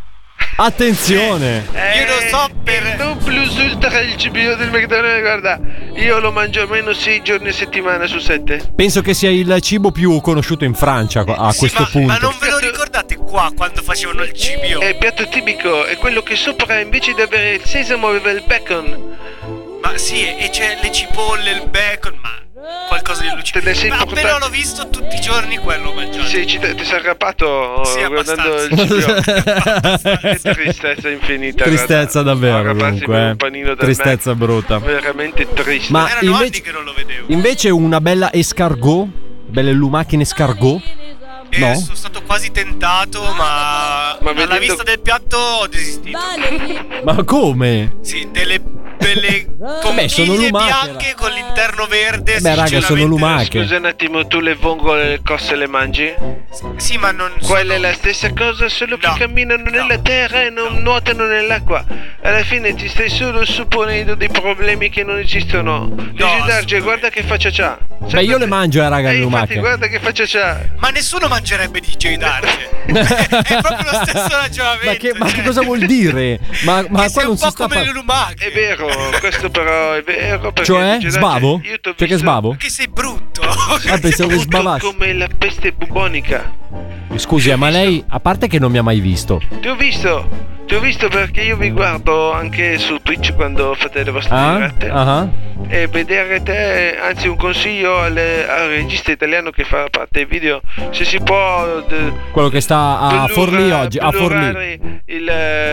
Attenzione!
Eh,
Io lo so per...
il non plus ultra il C B O del McDonald's, guarda, io lo mangio almeno sei giorni a settimana su sette.
Penso che sia il cibo più conosciuto in Francia a
Sì,
questo
ma,
punto.
ma non ve lo ricordate qua quando facevano il C B O?
È il piatto tipico, è quello che sopra invece di avere il sesamo aveva il bacon.
Ma sì, e c'è le cipolle, il bacon, ma qualcosa di
Te ne sei
allucinante. Ma
portato-
appena l'ho visto tutti i giorni quello mangiato.
Sì, ci, ti sei arrabbiato
Sì,
guardando il
abbastanza.
C B O. Che tristezza infinita.
Tristezza
guarda.
davvero,
Arrabbiarsi
comunque,
per
eh.
un panino del
Tristezza
Mac.
brutta.
Veramente triste.
Ma
Erano
invece-
anni che non lo vedevo.
Invece una bella escargot, belle lumache in escargot.
E
No?
sono stato quasi tentato, ma,
Ma
alla
vedendo-
vista del piatto ho desistito.
Ma come?
Sì, delle belle
Vabbè, sono
conchiglie
lumache,
bianche con l'interno verde.
Beh, raga, sono
sinceramente-
lumache.
Scusa un attimo, tu le vongole cosse le mangi?
Sì, ma non
Quella è
sono-
la stessa cosa, solo che
No.
camminano
No.
nella terra e non nuotano nell'acqua. Alla fine ti stai solo supponendo dei problemi che non esistono. Dici Darge,
assolutamente.
guarda che faccia c'ha.
Beh, io le mangio, eh, raga,
Eh,
le
infatti,
lumache.
guarda che faccia c'ha.
Ma nessuno mangerebbe D J Darge. È proprio lo stesso ragionamento.
Ma che, ma che
cioè,
cosa vuol dire? Ma, ma
che
qua
sei
non
un
si
po'
sta
come le
parlando.
lumache.
È vero, questo però è vero. perché
Cioè?
dice,
Sbavo?
Io t'ho
Cioè che
visto
sbavo?
Che sei brutto.
Ah, pensavo che sbavassi.
come la peste bubonica.
Scusi, eh, ma lei, a parte che non mi ha mai visto.
Ti ho visto. Ti ho visto perché io vi guardo anche su Twitch quando fate le vostre
Ah?
dirette.
Ah.
E vedere te, anzi un consiglio alle- al regista italiano che fa parte dei video, se si può de-
Quello che sta a
blurra-
Forlì oggi. A Forlì.
blurrare il,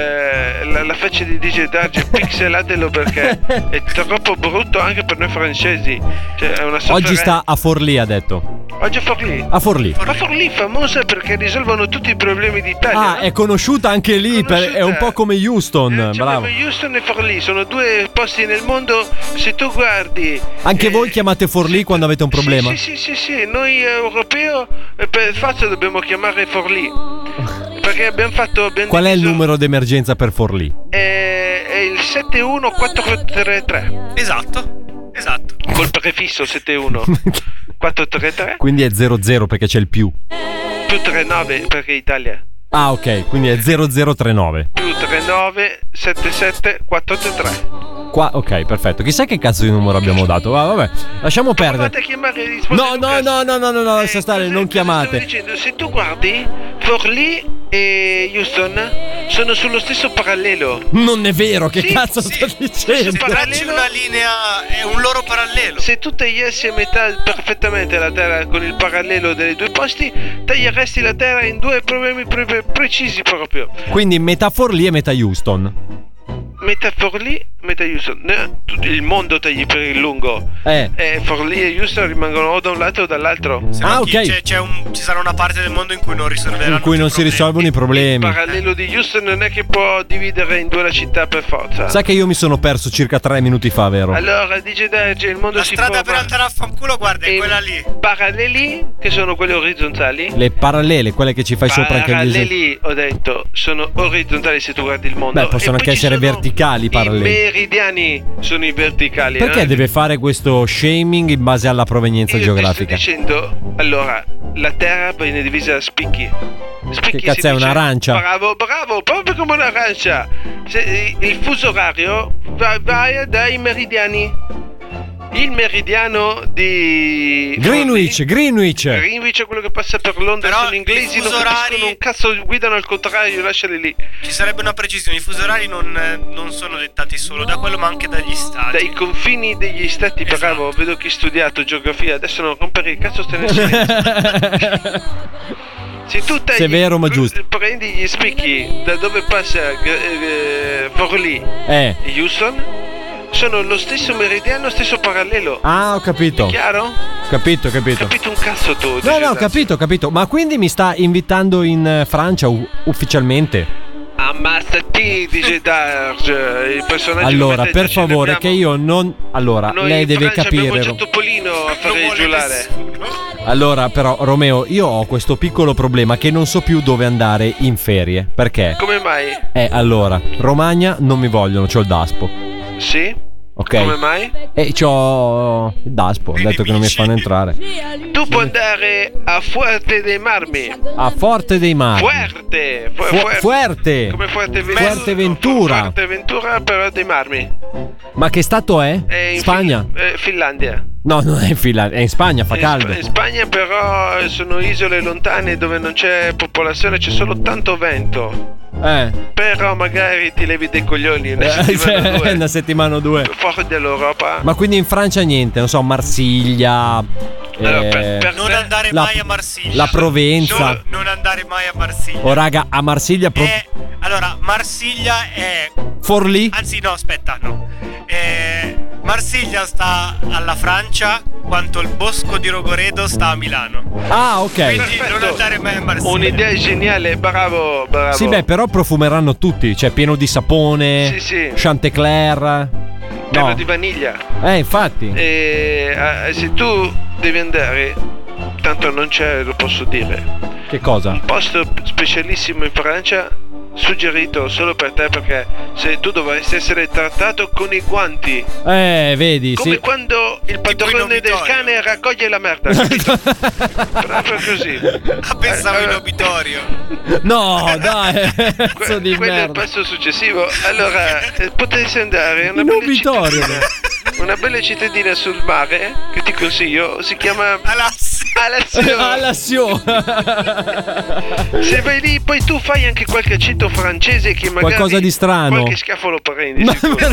eh, la, la faccia di D J Darge, pixelatelo perché è troppo brutto anche per noi francesi. Cioè, è una
Oggi
sofferenza.
sta a Forlì, ha detto.
Oggi è Forlì.
A Forlì.
Ma Forlì è famosa perché risolvono tutti i problemi d'Italia.
Ah,
no?
è conosciuta anche lì. per- è un po' come Houston.
Eh,
Bravo.
abbiamo Houston e Forlì, sono due posti nel mondo. Se tu guardi
Anche
eh,
voi chiamate Forlì quando avete un problema?
Sì, sì, sì, sì, noi europei eh, per forza dobbiamo chiamare Forlì. Perché abbiamo fatto abbiamo
Qual è il
diviso-
numero d'emergenza per Forlì?
È, è il sette uno quattro tre tre.
Esatto. Esatto.
Col prefisso sette uno quattro tre tre
Quindi è zero zero perché c'è il più.
più trentanove perché Italia.
Ah, ok, quindi è zero zero tre nove.
Più trentanove settantasette quattordici.
Qua, ok, perfetto. Chissà che cazzo di numero abbiamo dato. Va, vabbè, lasciamo perdere.
Provate a chiamare e rispondere.
No, no, no, no, no, no, no, lascia stare, non
Stavo
chiamate.
dicendo, se tu guardi, Forlì e Houston sono sullo stesso parallelo.
Non è vero, che
Sì,
cazzo
sì.
sto dicendo?
Se tracci una linea, è un loro parallelo.
Se tu tagliassi a metà perfettamente la Terra con il parallelo dei due posti, taglieresti la Terra in due problemi pre- pre- precisi proprio.
Quindi metà Forlì e metà Houston.
Metà Forlì, metà Houston. No, tutto il mondo tagli per il lungo.
Eh.
E Forlì e Houston rimangono o da un lato o dall'altro.
Se no
Ah,
chi-
ok.
c'è, c'è un- ci sarà una parte del mondo in cui non risolveranno
In cui
più
non si
problemi.
risolvono i
Il
problemi.
parallelo di Houston non è che può dividere in due la città per forza.
Sa che io mi sono perso circa tre minuti fa, vero?
Allora, dice Darge, il mondo
La
si
strada
può
per andare a fanculo, guarda, è
e
quella lì.
paralleli, che sono quelle orizzontali.
Le parallele, quelle che ci fai sopra anche gli esempi.
Paralleli, ho detto, sono orizzontali se tu guardi il mondo.
Beh, possono
E
anche
poi ci
essere
sono
verticali i paralleli.
I meridiani sono i verticali.
Perché
eh?
deve fare questo shaming in base alla provenienza
Io
geografica?
ti sto dicendo, allora, la Terra viene divisa a spicchi. Spicchi
Che cazzo
si
è,
dice-
un'arancia?
Bravo, bravo, proprio come un'arancia. Se- il fuso orario va, va dai meridiani. Il meridiano di
Greenwich, Greenwich.
Greenwich è quello che passa per Londra.
Però
Sono inglesi,
i
non
fuso
capiscono
orari-
un cazzo, guidano al contrario, lasciali lì.
Ci sarebbe una precisione, i fusi orari non, non sono dettati solo da quello ma anche dagli stati.
Dai confini degli stati,
Esatto.
bravo, vedo che hai studiato geografia, adesso non rompere il cazzo, stai nel silenzio. Se tu tagli,
Se è vero, ma giusto.
prendi gli spicchi da dove passa eh, Forlì
Eh.
e Houston, sono lo stesso meridiano, stesso parallelo.
Ah, ho capito.
È chiaro?
Capito, capito.
Capito un cazzo tu.
No, no, ho capito, ho capito. Ma quindi mi sta invitando in eh, Francia u- ufficialmente?
Ammazzati, D J Darge, il personaggio.
Allora,
che
per
ce ne
favore,
abbiamo.
che io non. Allora,
Noi
lei
in
deve
Francia
capire.
abbiamo già Topolino a fare giurare.
Allora, però, Romeo, io ho questo piccolo problema che non so più dove andare in ferie. Perché?
Come mai?
Eh, allora, Romagna non mi vogliono, c'ho il Daspo.
Sì?
Ok.
Come mai?
E c'ho il Daspo, ho detto che non mi fanno entrare.
Tu puoi andare a Fuerte dei Marmi.
A Forte dei Mari.
Fuerte. Fu-
Fu-
fuerte.
Fuerte.
Come Fuerteventura.
Fuerteventura.
Fuerteventura però dei Marmi.
Ma che stato è?
È in
Spagna?
Fin- eh, Finlandia.
No, non è in Finlandia, è in Spagna, fa
In
caldo.
Sp- in Spagna però sono isole lontane dove non c'è popolazione, c'è solo tanto vento.
Eh.
Però magari ti levi dei coglioni una
Eh,
settimana o due.
una settimana o due.
Fuori dall'Europa.
Ma quindi in Francia niente, non so, Marsiglia.
Allora,
eh,
per- per-
Non andare
la-
mai a Marsiglia.
la Provenza.
Non, non andare mai a Marsiglia.
Oh raga, a Marsiglia pro-
Eh, allora, Marsiglia è.
Forlì?
Anzi, no, aspetta, no. Eh, Marsiglia sta alla Francia quanto il bosco di Rogoredo sta a Milano.
Ah, ok.
Quindi
Perfetto.
non andare mai a Marsiglia.
Un'idea geniale, bravo, bravo.
Sì, beh, però profumeranno tutti, cioè pieno di sapone,
Sì, sì.
Chantecler.
Pieno
No.
di vaniglia.
Eh, infatti.
E eh, se tu devi andare, tanto non c'è, lo posso dire.
Che cosa?
Un posto specialissimo in Francia, suggerito solo per te, perché se tu dovresti essere trattato con i guanti,
Eh, vedi,
come
sì.
quando il padrone del cane raccoglie la merda. capito? Proprio così.
Ah, pensavo
Eh,
in
eh,
obitorio.
No, dai,
que-
pezzo di
quello è il
merda.
passo successivo. Allora, eh, potresti andare a una
In
bella
obitorio.
cittadina, una bella cittadina sul mare che ti consiglio, si chiama
Alassio.
Alassio.
Alassio.
Se vai lì, poi tu fai anche qualche accento francese che magari
Qualcosa di strano.
qualche schiaffo lo prendi.
Ma
sicuro.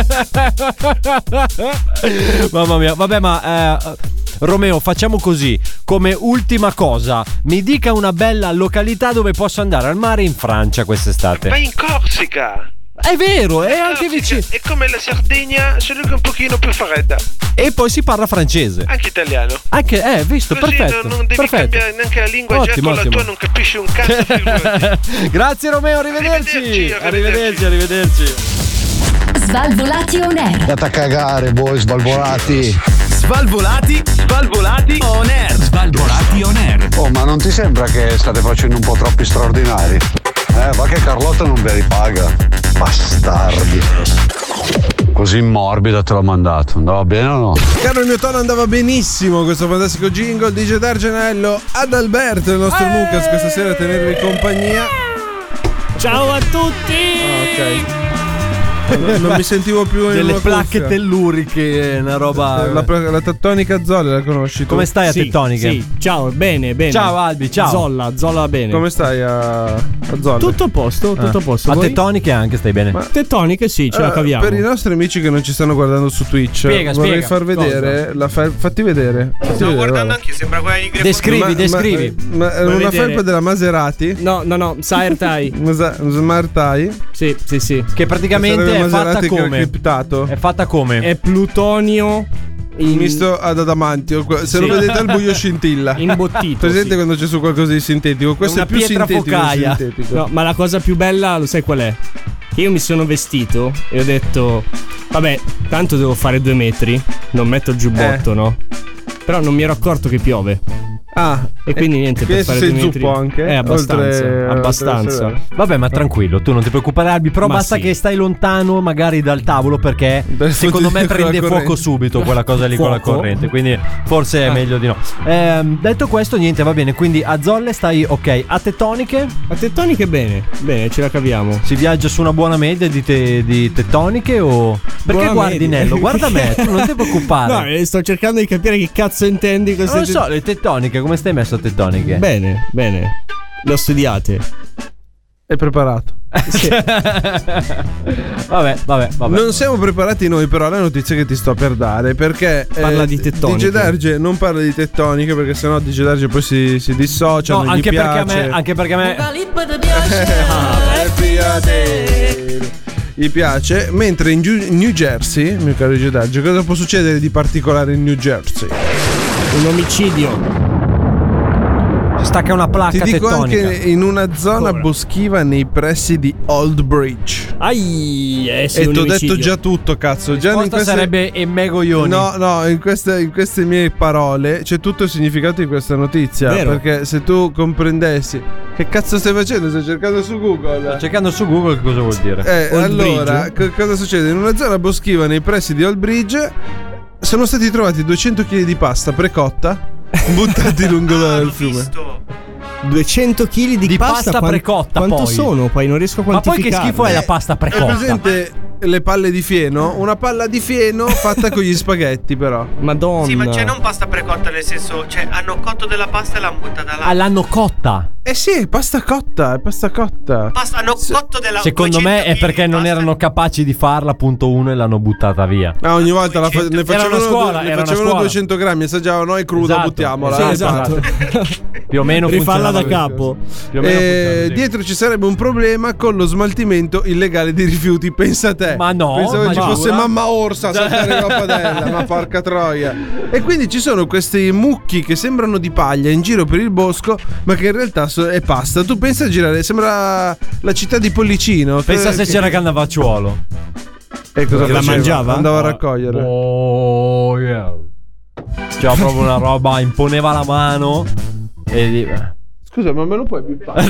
perché? Mamma mia, vabbè, ma eh, Romeo, facciamo così. Come ultima cosa, mi dica una bella località dove posso andare al mare in Francia quest'estate.
Vai in Corsica.
È vero, è anche
Corsica
vicino.
è come la Sardegna, solo che è un pochino più fredda.
E poi si parla francese.
Anche italiano.
Anche, eh, visto,
Così
perfetto.
non, non devi
perfetto.
cambiare neanche la lingua, già
Ottimo,
con la
ottimo.
tua non capisci un cazzo. figurati.
Grazie Romeo, arrivederci.
Arrivederci,
Arrivederci, arrivederci.
Svalvolati on air.
Andate a cagare, voi svalvolati.
Svalvolati, svalvolati on air. Svalvolati on air.
Oh, ma non ti sembra che state facendo un po' troppi straordinari? Eh, va che Carlotta non vi ripaga. Bastardi. Così morbida te l'ho mandato, andava bene o no?
Caro il mio tono, andava benissimo questo fantastico jingle. D J D'Argenello ad Alberto, il nostro Lucas, questa sera a tenervi compagnia.
Ciao a tutti!
Ah, ok. Non, non mi sentivo più in
Delle
una
placche
cuffia.
telluriche, una roba.
La, la tettonica Zolla la conosci tu?
Come stai a
Sì,
tettoniche?
Sì, ciao, bene, bene.
Ciao Albi, ciao.
Zolla, Zolla bene.
Come stai a, a Zolla?
Tutto a posto, tutto
Ah.
a posto.
A
Voi?
tettoniche anche stai bene.
Ma-
Tettoniche sì, ce la
Eh,
caviamo.
per i nostri amici che non ci stanno guardando su Twitch,
Spiega,
vorrei
spiega.
far vedere la fel- fatti vedere. Fatti
Stavo
vedere,
guardando
guarda.
anche, sembra quella di Grefo.
Descrivi,
Ma-
descrivi.
Ma, ma
Vuoi
una
vedere?
felpa della Maserati.
No, no, no, Sire Tie.
Masa- Smart Tie.
Sì, sì, sì.
Che praticamente
Sarebbe
è fatta
Maserati
come?
criptato.
È fatta come?
È plutonio in...
Misto ad adamantio. Se
Sì.
lo vedete al buio scintilla.
imbottito.
Presente
sì.
quando c'è su qualcosa di sintetico? Questo è,
una
più
pietra
sintetico che
focaia.
sintetico.
No, ma la cosa più bella, lo sai qual è? Che io mi sono vestito e ho detto, vabbè, tanto devo fare due metri, non metto il giubbotto,
Eh.
no? Però non mi ero accorto che piove.
Ah,
E quindi niente,
quindi
per fare
sei
due metri.
zuppo anche?
Eh, abbastanza,
Oltre-
abbastanza.
oltre-
Vabbè, ma tranquillo, tu non ti preoccupare, Albi. Però
Ma
basta
sì.
che stai lontano, magari dal tavolo, perché
Per
secondo me
fottire con
prende
la
fuoco
corrente.
subito quella cosa lì con la
Fuoco?
corrente. Quindi forse è
Ah.
meglio di no. Ehm, detto questo, niente, va bene. Quindi a Zolle stai ok. A tettoniche
A tettoniche bene, bene, ce la caviamo.
si viaggia su una buona media di, te- di tettoniche o. Perché
Buona
guardi
media.
Nello? Guarda me, tu non ti preoccupare.
No, eh, sto cercando di capire che cazzo intendi con
non lo so, le tettoniche, come stai messo a tettoniche?
Bene, bene. Le ho studiate.
È preparato.
Vabbè, vabbè, vabbè.
Non siamo preparati noi però alla notizia che ti sto per dare, perché
Parla di tettoniche.
D J Darge non parla di tettoniche perché sennò D J Darge poi si, si dissocia,
No,
non
anche
gli
perché a
piace.
me, anche perché a me.
Happy a day. gli piace. Mentre in Giu- New Jersey, mio caro Gedaggio, cosa può succedere di particolare in New Jersey?
Un omicidio.
Stacca una placca
Ti dico
tettonica.
anche in una zona
Ancora.
boschiva nei pressi di Old Bridge.
Ai, eh sì,
E
un
ti ho
omicidio.
detto già tutto, cazzo. Già in
Risposta
queste...
sarebbe e megoglioni.
No, no, in queste, in queste mie parole c'è tutto il significato di questa notizia.
Vero.
Perché se tu comprendessi, che cazzo stai facendo? Stai cercando su Google?
Sto cercando su Google che cosa vuol dire.
Eh,
Old
allora,
Bridge.
co- cosa succede? In una zona boschiva nei pressi di Old Bridge sono stati trovati duecento chili di pasta precotta buttati lungo
Ah,
il
l'ho
fiume.
visto.
duecento chili di,
Di
pasta,
pasta
quan-
precotta,
Quanto
poi.
sono? Poi non riesco a
Ma poi
quantificare.
che schifo è la pasta
È
precotta?
presente le palle di fieno? Una palla di fieno fatta con gli spaghetti, però.
Madonna.
Sì, ma c'è non pasta precotta, nel senso, cioè hanno cotto della pasta e l'hanno buttata là.
Ah, l'hanno cotta.
Eh sì, è pasta cotta, è pasta cotta.
Pasta, hanno cotto della
Secondo me è perché non erano capaci di farla, punto uno, e l'hanno buttata via.
Ah, ogni volta la fa- ne
Era
facevano,
una scuola,
ne
era una
facevano
scuola.
duecento grammi, assaggiavano noi cruda,
Esatto,
buttiamola.
sì,
eh,
esatto.
basta.
Più o meno
Rifalla
funzionava
da
così.
capo.
Più o meno
Eh,
funziona così.
dietro ci sarebbe un problema con lo smaltimento illegale di rifiuti. Pensa te.
Ma no,
Pensavo
ma
ci
giura?
fosse mamma orsa a saltare la padella. Ma porca troia. E quindi ci sono questi mucchi che sembrano di paglia in giro per il bosco, ma che in realtà so- è pasta. Tu pensa a girare, sembra la città di Pollicino.
Pensa
che-
se
che-
c'era Cannavacciuolo.
E cosa
Che la
faceva?
mangiava?
Andava a raccogliere.
Oh, yeah. C'era proprio una roba, imponeva la mano e di-
Scusa, ma me lo puoi pippare?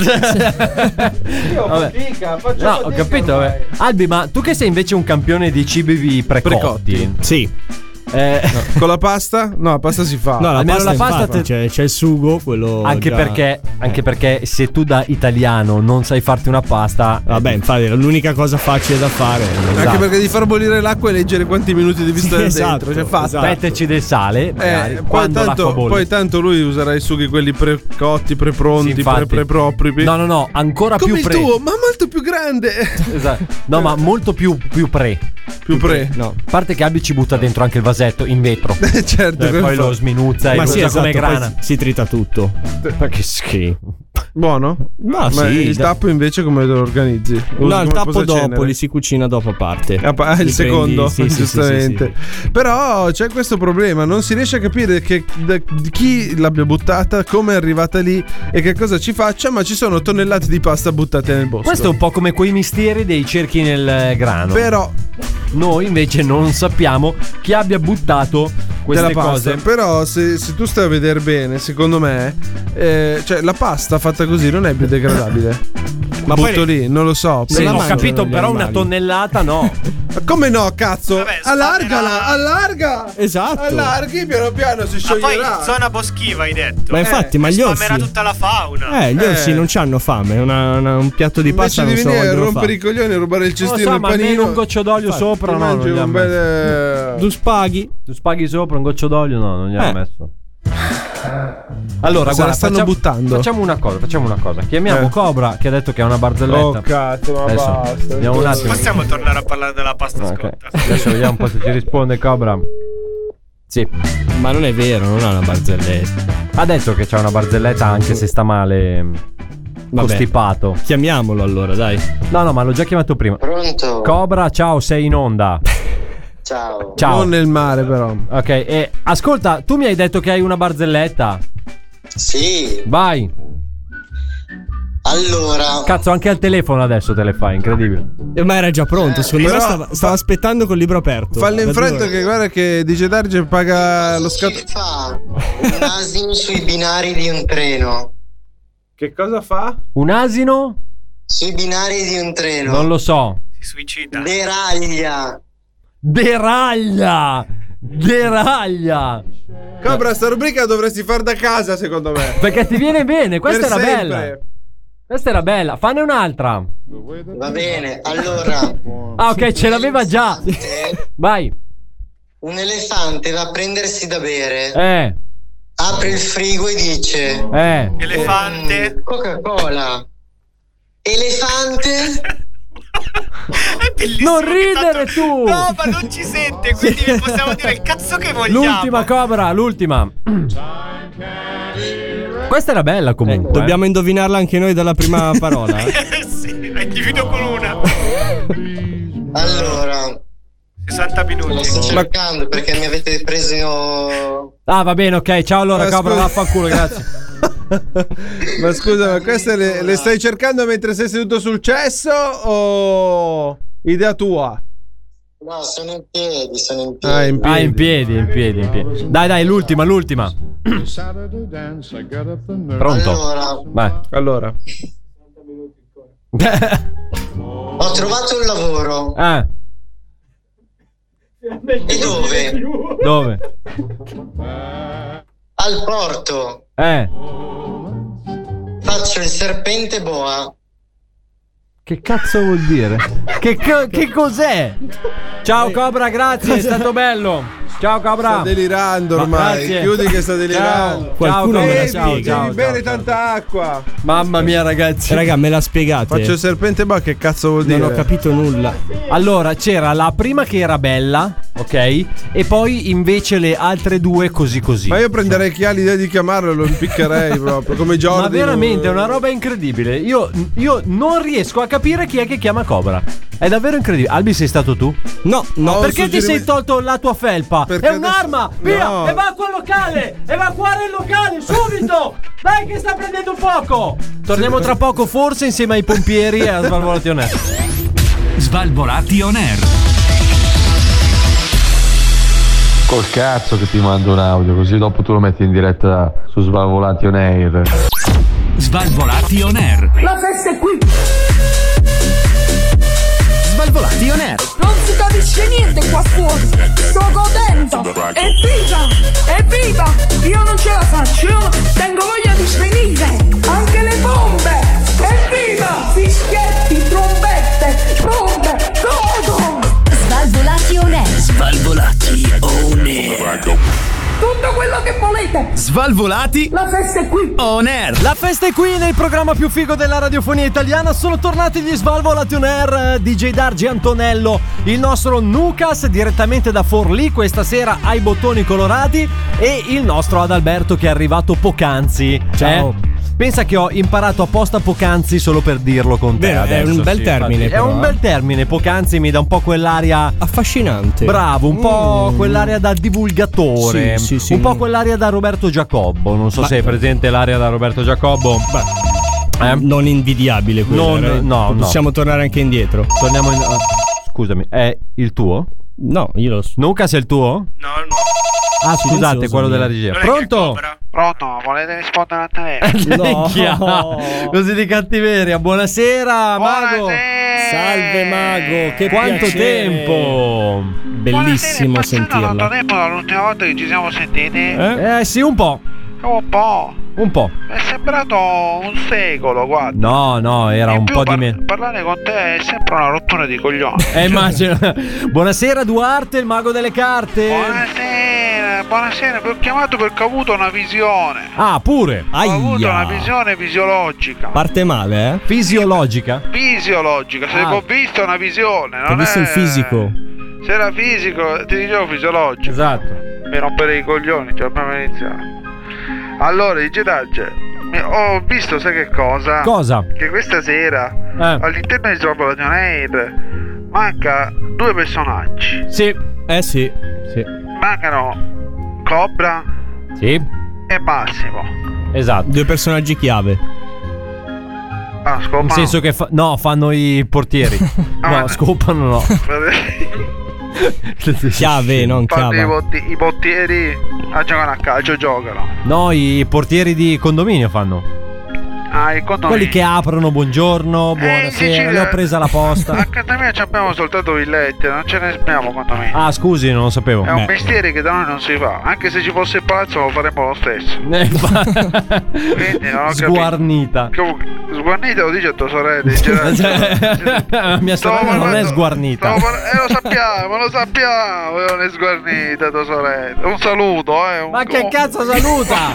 Io ho
Vabbè.
fatica, faccio
No, ho
fatica
capito.
ormai.
Vabbè. Albi, ma tu che sei invece un campione di cibi precotti,
Precotti.
Sì.
eh,
Con la pasta? No, la pasta si fa.
No, la
Almeno
pasta,
la pasta
infatti,
te-
c'è, c'è il sugo, quello
anche,
già-
perché, anche perché se tu da italiano non sai farti una pasta,
Vabbè, infatti, è l'unica cosa facile da fare.
Anche
Esatto.
perché di far bollire l'acqua e leggere quanti minuti devi stare
Esatto,
dentro. Cioè, fatta.
esatto.
metteci del sale, magari,
Eh, poi,
quando l'acqua
tanto,
bolle.
poi tanto lui userà i sughi quelli precotti, prepronti,
Sì, infatti.
pre propri.
No, no, no, ancora
Come
più
il
pre.
tuo, ma molto più grande.
Esatto. No, ma molto più, più pre.
Più pre.
No.
A parte che Albi ci butta dentro anche il vasetto in vetro.
Certo,
E
come
poi
fa?
lo sminuzza e
Ma
lo
sì,
usa
esatto,
come
poi
grana.
si trita tutto.
Ma che schifo.
Buono?
No,
Ma
sì,
il
da-
tappo invece come lo organizzi? Lo usi
No, il
come
tappo dopo,
posacenere?
li si cucina dopo a parte.
Ah, pa- ah, il
Li
secondo,
prendi- sì, sì, sì,
giustamente.
sì, sì.
Però c'è questo problema, non si riesce a capire che, da- di chi l'abbia buttata, come è arrivata lì e che cosa ci faccia, ma ci sono tonnellate di pasta buttate nel bosco.
Questo è un po' come quei misteri dei cerchi nel grano.
Però
Noi invece non sappiamo chi abbia buttato queste
della pasta.
cose.
Però se, se tu stai a vedere bene, secondo me, eh, cioè la pasta fatta così non è biodegradabile.
Ma
Butto
poi-
lì, non lo so.
Sì,
Se la
ho
mangiano
capito,
gli
però una
animali.
tonnellata no.
Ma come no, cazzo?
Vabbè,
Allargala,
spamerà.
allarga.
Esatto.
Allarghi piano piano, si
Ma poi
scioglierà.
zona boschiva hai detto.
Ma infatti, ma gli orsi.
Spamerà tutta la fauna.
Eh, gli orsi
Eh.
non c'hanno fame. Una, una- un piatto di pasta
Invece di
non so
venire a
vogliono
rompere i
fare.
coglioni e rubare il
Non lo
cestino
so,
il
ma almeno
panino.
un goccio d'olio
Infatti,
sopra
ti
no,
mangi
non gli ha
un
messo.
bel
Tu spaghi.
Tu spaghi sopra un goccio d'olio? No, non gli ha
Eh.
messo. Allora,
Se la
guarda,
stanno
facciamo,
buttando.
Facciamo una cosa, facciamo una cosa. Chiamiamo
Eh.
Cobra che ha detto che è una barzelletta.
Oh cazzo, ma
Adesso,
basta.
vediamo un attimo.
Possiamo tornare a parlare della pasta
Ok.
scotta.
Adesso vediamo un po' se ci risponde Cobra. Sì,
Ma non è vero, non è una barzelletta.
ha detto che c'è una barzelletta anche se sta male,
Vabbè.
costipato.
Chiamiamolo allora, dai.
No, no, ma l'ho già chiamato prima.
Pronto?
Cobra, ciao, sei in onda.
Ciao.
Ciao.
Non nel mare però.
Ok, e ascolta, tu mi hai detto che hai una barzelletta.
Sì,
Vai.
allora,
Cazzo, anche al telefono adesso te le fai, incredibile.
Eh, Ma era già pronto. Secondo me
però-
stava, stava aspettando col libro aperto.
Fallo in
Da
fretta
due
che guarda che D J Darge paga lo scatto.
che fa un asino sui binari di un treno?
Che cosa fa?
Un asino?
Sui binari di un treno.
Non lo so.
Si suicida.
Deraglia.
Deraglia! Deraglia!
Cobra, sta rubrica dovresti far da casa secondo me.
Perché ti viene bene, questa
Per
era
sempre.
bella. Questa era bella, fanne un'altra.
Va bene, allora,
Ah, ok, ce l'aveva già. Vai.
un elefante va a prendersi da bere,
Eh,
apre il frigo e dice:
eh.
Elefante.
"Mm, Coca-Cola." Elefante?
È bellissimo.
Non
che
ridere
tanto-
tu!
No, ma non ci sente, quindi vi possiamo dire il cazzo che vogliamo.
L'ultima Cobra, l'ultima. Questa era bella
Eh,
comunque. eh.
dobbiamo indovinarla anche noi dalla prima parola. eh.
Sì, la individuo con una.
Allora,
sessanta minuti.
lo sto cercando perché mi avete preso.
Ah, va bene, ok. Ciao allora,
Ma
Cobra,
scusa.
vaffanculo, grazie.
Ma scusa, ma queste le, le stai cercando mentre sei seduto sul cesso o idea tua?
No, sono in piedi, sono in piedi.
Ah, in piedi.
Ah, in piedi, in piedi, in piedi. Dai, dai, l'ultima, l'ultima. Pronto?
Allora,
Vai.
Allora.
ho trovato un lavoro.
Ah,
E dove?
dove?
Al porto.
Eh,
Faccio il serpente boa.
che cazzo vuol dire? Che, co- che cos'è? Ciao Cobra, grazie, è stato bello. Ciao Cobra.
Sta delirando
Ma
ormai.
grazie.
Chiudi che sta delirando.
Ciao. Qualcuno
Ciao,
me la
bevi,
ciao,
devi
ciao,
bere
ciao,
tanta acqua.
Mamma mia, ragazzi.
Raga, me la spiegate?
Faccio il serpente boa, che cazzo vuol dire?
Non ho capito nulla.
Allora, c'era la prima che era bella, ok? E poi invece le altre due così così.
Ma io prenderei chi ha l'idea di chiamarlo e lo impiccherei proprio come Jordi.
Ma veramente è una roba incredibile. Io, io non riesco a capire chi è che chiama Cobra. È davvero incredibile. Albi, sei stato tu?
No, no.
Perché ti sei tolto la tua felpa?
Perché
è un'arma!
adesso-
Via!
no.
Evacua il locale! Evacuare il locale! Subito! Dai che sta prendendo fuoco! Torniamo tra poco forse insieme ai pompieri e a Svalvolati On Air.
Svalvolati On Air.
Col cazzo che ti mando un audio, così dopo tu lo metti in diretta su Svalvolati On Air.
Svalvolati On Air.
La festa è qui!
Svalvolati On Air.
Non si capisce niente qua fuori! Sto godendo! Evviva! Evviva! Io non ce la faccio! Io tengo voglia di svenire! Anche le bombe! Evviva! Fischietti, trombette, bombe! Godo!
Svalvolati On Air.
Svalvolati On Air.
Tutto quello che volete!
Svalvolati
La festa è qui!
On Air.
La festa è qui nel programma più figo della radiofonia italiana. Sono tornati gli Svalvolati On Air, D J Dargi Antonello, il nostro Nucas direttamente da Forlì questa sera ai bottoni colorati e il nostro Adalberto che è arrivato poc'anzi.
Ciao.
Eh? Pensa che ho imparato apposta poc'anzi solo per dirlo con te.
Vero, è
adesso,
un bel
sì,
termine,
infatti.
però,
È un
eh.
bel termine, poc'anzi mi dà un po' quell'aria
affascinante.
Bravo, un po'
Mm.
quell'aria da divulgatore,
Sì, sì, sì.
un po' quell'aria da Roberto Giacobbo. Non so
Ma-
se hai presente l'aria da Roberto Giacobbo.
Beh,
Eh?
non invidiabile quella,
Non-
eh.
no,
Possiamo
no.
tornare anche indietro.
Torniamo in. ah, scusami, è il tuo?
No, io lo so.
Nucas è il tuo?
No, no.
Ah, scusate,
Silenzioso,
quello
mio.
della regia.
Non è che
Pronto?
Cobra.
Pronto, volete rispondere al telefono?
No.
Minchia. Così di cattiveria. Buonasera, Mago.
Buonasera.
Salve Mago, che
Quanto
piacere.
tempo?
Bellissimo
Buonasera, è passato tanto
sentirla.
tempo dall'ultima volta che ci siamo sentiti?
Eh?
Eh sì, un po'.
Un po'.
Un po'.
È sembrato un secolo, guarda.
No, no, era
In
un
più
po'
par-
di meno.
Parlare con te è sempre una rottura di coglioni.
Eh, immagino. Buonasera, Duarte, il mago delle carte.
Buonasera, buonasera, vi ho chiamato perché ho avuto una visione.
Ah, pure.
Ho avuto una
Aia.
visione fisiologica.
Parte male, eh?
Fisiologica.
Fisiologica, se
Ah.
ho visto una visione, non
Ho visto
è...
il fisico.
Se era fisico, ti dicevo fisiologico.
Esatto.
Mi rompere i coglioni, cioè abbiamo iniziato. Allora, dice Darge, mi- ho visto, sai che cosa?
Cosa?
Che questa sera,
Eh.
all'interno di Svalvolati On Air, manca due personaggi.
Sì.
Eh sì. Sì.
Mancano Cobra
Sì.
e Massimo.
Esatto.
Due personaggi chiave.
Ah, scopano.
Nel senso che fa- no, fanno i portieri. No, scopano no.
Chiave, non
Fanno i,
chiave.
botti- i portieri a giocare a calcio, giocano.
No, i portieri di condominio fanno.
Ah, il condominio.
Quelli che aprono, buongiorno,
Eh, in
buonasera,
Sicilia-
le ho presa la posta.
A casa mia ci abbiamo soltanto villette, non ce ne abbiamo condominio.
Ah, scusi, non lo sapevo.
È un mestiere che da noi non si fa. Anche se ci fosse il palazzo lo faremmo lo stesso.
Eh, fa-
Quindi non ho capito.
Sguarnita.
Comunque, sguarnita lo dice a tua sorella in generale.
Mia
Stavo
sorella non è
parlando-
sguarnita.
stavo par- eh, lo sappiamo, lo sappiamo. eh, Non è sguarnita tua sorella. Un saluto, eh. Un,
Ma che
un-
cazzo saluta?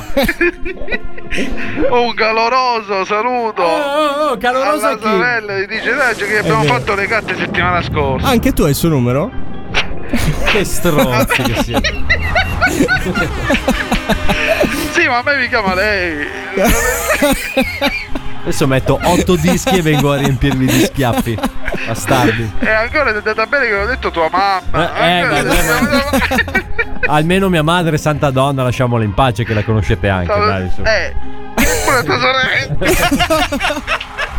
un caloroso saluto.
Oh, oh, oh, caloroso
alla
a chi?
sorella gli dice Daggio che abbiamo
vero.
fatto le carte settimana scorsa.
Anche tu hai il suo numero?
Che stronzi che siete.
Sì, ma a me mi chiama lei.
Adesso metto otto dischi e vengo a riempirvi di schiaffi. Bastardi.
E ancora ti è andata bene che l'ho detto tua mamma.
Eh,
Ancora
eh,
ti è andata-
Almeno mia madre, santa donna, lasciamola in pace, che la conoscete anche.
Stavo-
Dai, su.
Eh, pure tua sorella.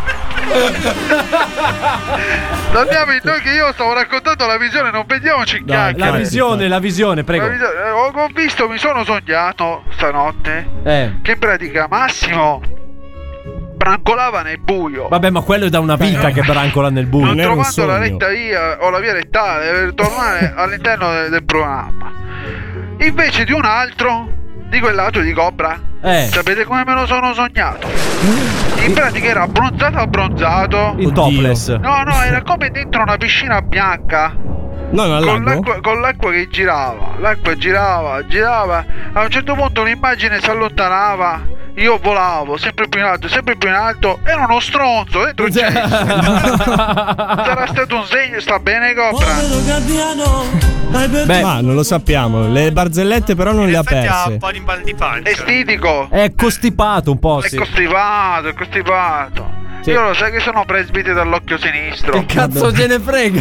Andiamo in noi che io stavo raccontando la visione, non vediamoci in
Dai,
chiacchiere.
la visione, la visione, prego.
La visione, eh, ho ho visto, mi sono sognato stanotte
Eh.
che in pratica Massimo brancolava nel buio.
Vabbè, ma quello è da una vita che brancola nel buio.
Non trovando la retta via o la via rettale per tornare all'interno del, del programma. Invece di un altro, di quell'altro di Cobra,
Eh.
sapete come me lo sono sognato? In pratica era abbronzato abbronzato.
Il topless.
No, no, era come dentro una piscina bianca.
No, no,
Con
lago?
l'acqua, con l'acqua che girava, l'acqua girava, girava. A un certo punto l'immagine si allontanava. Io volavo sempre più in alto, sempre più in alto. Era uno stronzo dentro il cesso. Sarà stato un segno, sta bene, Cobra?
Beh, ma non lo sappiamo. Le barzellette però non le ha
Ha un
perse.
po' di mal di pancia.
È stitico.
È costipato un po',
È
sì.
costipato, è costipato.
Sì.
Io lo sai che sono presbite dall'occhio sinistro.
Che cazzo ce ne frega?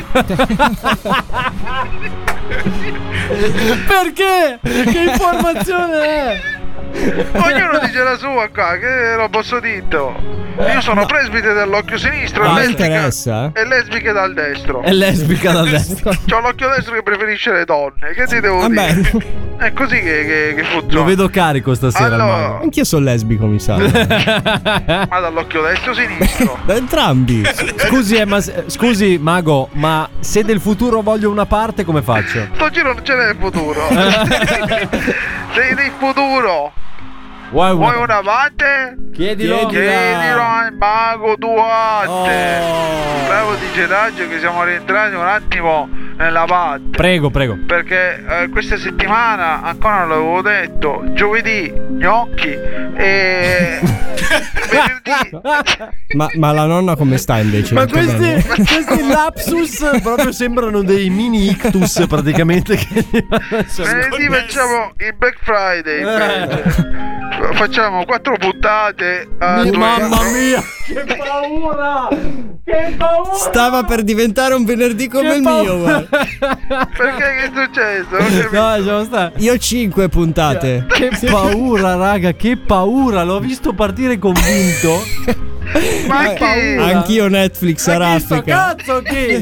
Perché? Che informazione è?
Ognuno dice la sua qua, che lo posso dirlo. Io sono presbite dell'occhio sinistro
Ma
e
mi
lesbica,
interessa,
e lesbiche dal destro.
È lesbica dal destro.
C'ho l'occhio destro che preferisce le donne. Che ti devo
Vabbè.
dire? È così che, che, che
Lo
funziona.
vedo carico stasera.
Allora-
il mago.
Anch'io sono lesbico, mi sa.
Ma dall'occhio destro o sinistro?
Da entrambi.
Scusi, eh, ma se- scusi, mago, ma se del futuro voglio una parte, come faccio?
Sto giro non ce n'è nel futuro. Sei nel futuro.
Vuoi una-
Vuoi una parte?
Chiedilo.
Chiedilo al mago Duarte.
Oh.
Bravo di Gedaggio che siamo rientrati un attimo nella parte.
Prego, prego.
Perché eh, questa settimana, ancora non l'avevo detto, giovedì gnocchi e venerdì
Ma, ma la nonna come sta invece?
Ma
Tutto
questi,
bene?
questi lapsus proprio sembrano dei mini ictus praticamente. Che
venerdì facciamo il Black Friday invece. Facciamo quattro puntate a due-
Mamma mia, che paura! Che paura!
Stava per diventare un venerdì come
Che
il
paura.
mio, guarda.
Perché che è successo? Non capito.
No, lasciamo stare.
Io ho cinque puntate.
Che paura, raga, che paura! L'ho visto partire convinto.
Ma
Che
chi?
paura.
Anch'io Netflix a
Ma chi sto
raffica.
cazzo chi?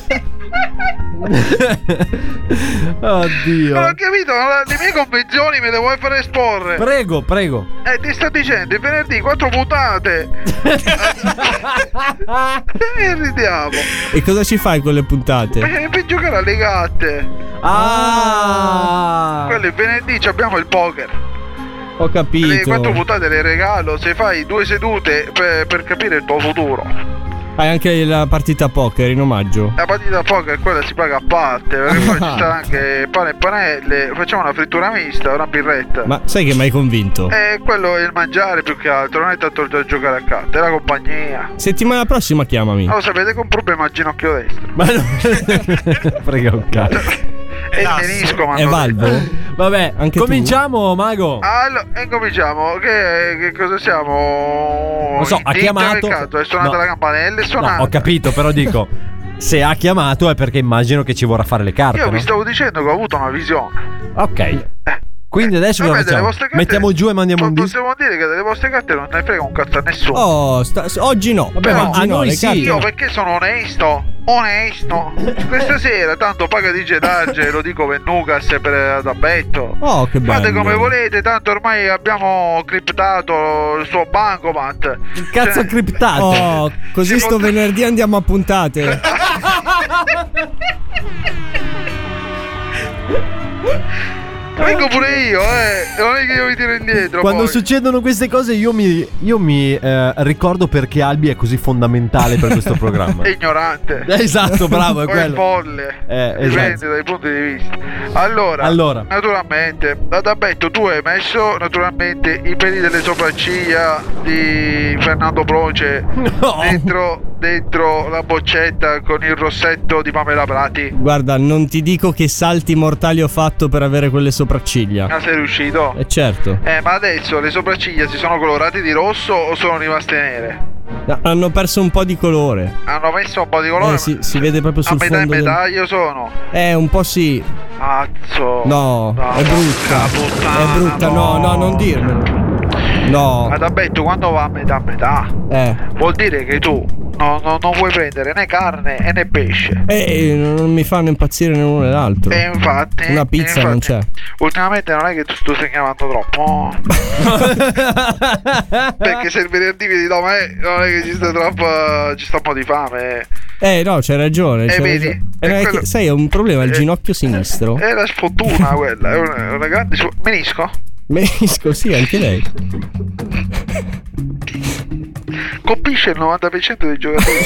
Non ho
Oddio.
capito, ma le mie convenzioni me le vuoi fare esporre?
Prego, prego.
Eh, ti sto dicendo, il venerdì quattro puntate. E ridiamo.
E cosa ci fai con le puntate?
Eh, per giocare alle gatte.
Ah.
Quello il venerdì ci abbiamo il poker.
Ho
Le
capito.
quattro puntate le regalo se fai due sedute per, per capire il tuo futuro.
Hai anche la partita poker in omaggio.
La partita poker quella si paga a parte, perché poi ci sta anche pane e panelle, facciamo una frittura mista, una birretta.
Ma sai che mi hai convinto?
E quello è il mangiare più che altro, non è tanto il giocare a carte, è la compagnia.
Settimana prossima chiamami.
Ma lo sapete che ho un problema al ginocchio destro.
Ma no. Frega un cazzo.
E il menisco, ma
È valvo?
Vabbè,
Anche
cominciamo, mago.
Allora, e cominciamo. Che, che cosa siamo?
Non so,
In
ha
tinta,
chiamato-
che cazzo? È suonata
No.
la campanella, è suonata.
No, ho capito, però dico, se ha chiamato è perché immagino che ci vorrà fare le carte,
Io
no?
vi stavo dicendo che ho avuto una visione.
Ok. Quindi adesso cosa
Vabbè, delle
facciamo?
vostre carte-
Mettiamo giù e mandiamo un disco.
Possiamo dire che delle vostre carte non ne frega un cazzo a nessuno.
Oh, sta- oggi no.
Vabbè,
Però-
ma a
oggi no,
noi
le
sì.
carte-
Io perché sono onesto, onesto. Questa sera tanto paga di Gedarge, lo dico per Nucas e per Adabetto.
Oh, che bello.
Fate come volete, tanto ormai abbiamo criptato il suo bancomat.
Il cazzo
Cioè,
criptato.
Oh, così
Si
sto
può-
venerdì andiamo a puntate.
Vengo pure io, eh. Non è che io mi tiro indietro.
Quando
poi.
succedono queste cose io mi, io mi eh, ricordo perché Albi è così fondamentale per questo programma.
È ignorante.
Eh, esatto, bravo, è
O è
quello.
folle.
Eh,
Dipende
esatto.
dai punti di vista. Allora,
Allora.
naturalmente, da Dabetto tu hai messo naturalmente i peli delle sopracciglia di Fernando Proce
No.
dentro, dentro la boccetta con il rossetto di Pamela Prati.
Guarda, non ti dico che salti mortali ho fatto per avere quelle sopracciglia.
Ma sei riuscito?
Eh certo.
Eh, ma adesso le sopracciglia si sono colorate di rosso o sono rimaste nere?
No, hanno perso un po' di colore.
Hanno messo un po' di colore.
Eh, si, si vede proprio sul
a metà
fondo.
e metà
del...
io sono.
Eh, un po' sì.
Cazzo.
No,
no
è brutta.
Puttana,
è brutta, no, no, no, non dirmelo. No.
Adalberto, quando va a metà a metà,
eh.
vuol dire che tu no, no, non vuoi prendere né carne né pesce.
Eh, non mi fanno impazzire né uno né l'altro.
E infatti.
Una pizza
infatti,
non c'è.
Ultimamente non è che tu, tu stai chiamando troppo. Perché se il venerdì che ti do me, non è che ci sta troppo. Ci sta un po' di fame.
Eh no, c'hai ragione.
E
c'hai
vedi?
ragione. Eh,
È
è
quello...
che, sai, è un problema il
eh,
ginocchio sinistro.
È la sfortuna quella, è una, una grande sf... Menisco?
Menisco, sì, anche lei.
Colpisce il novanta per cento dei giocatori.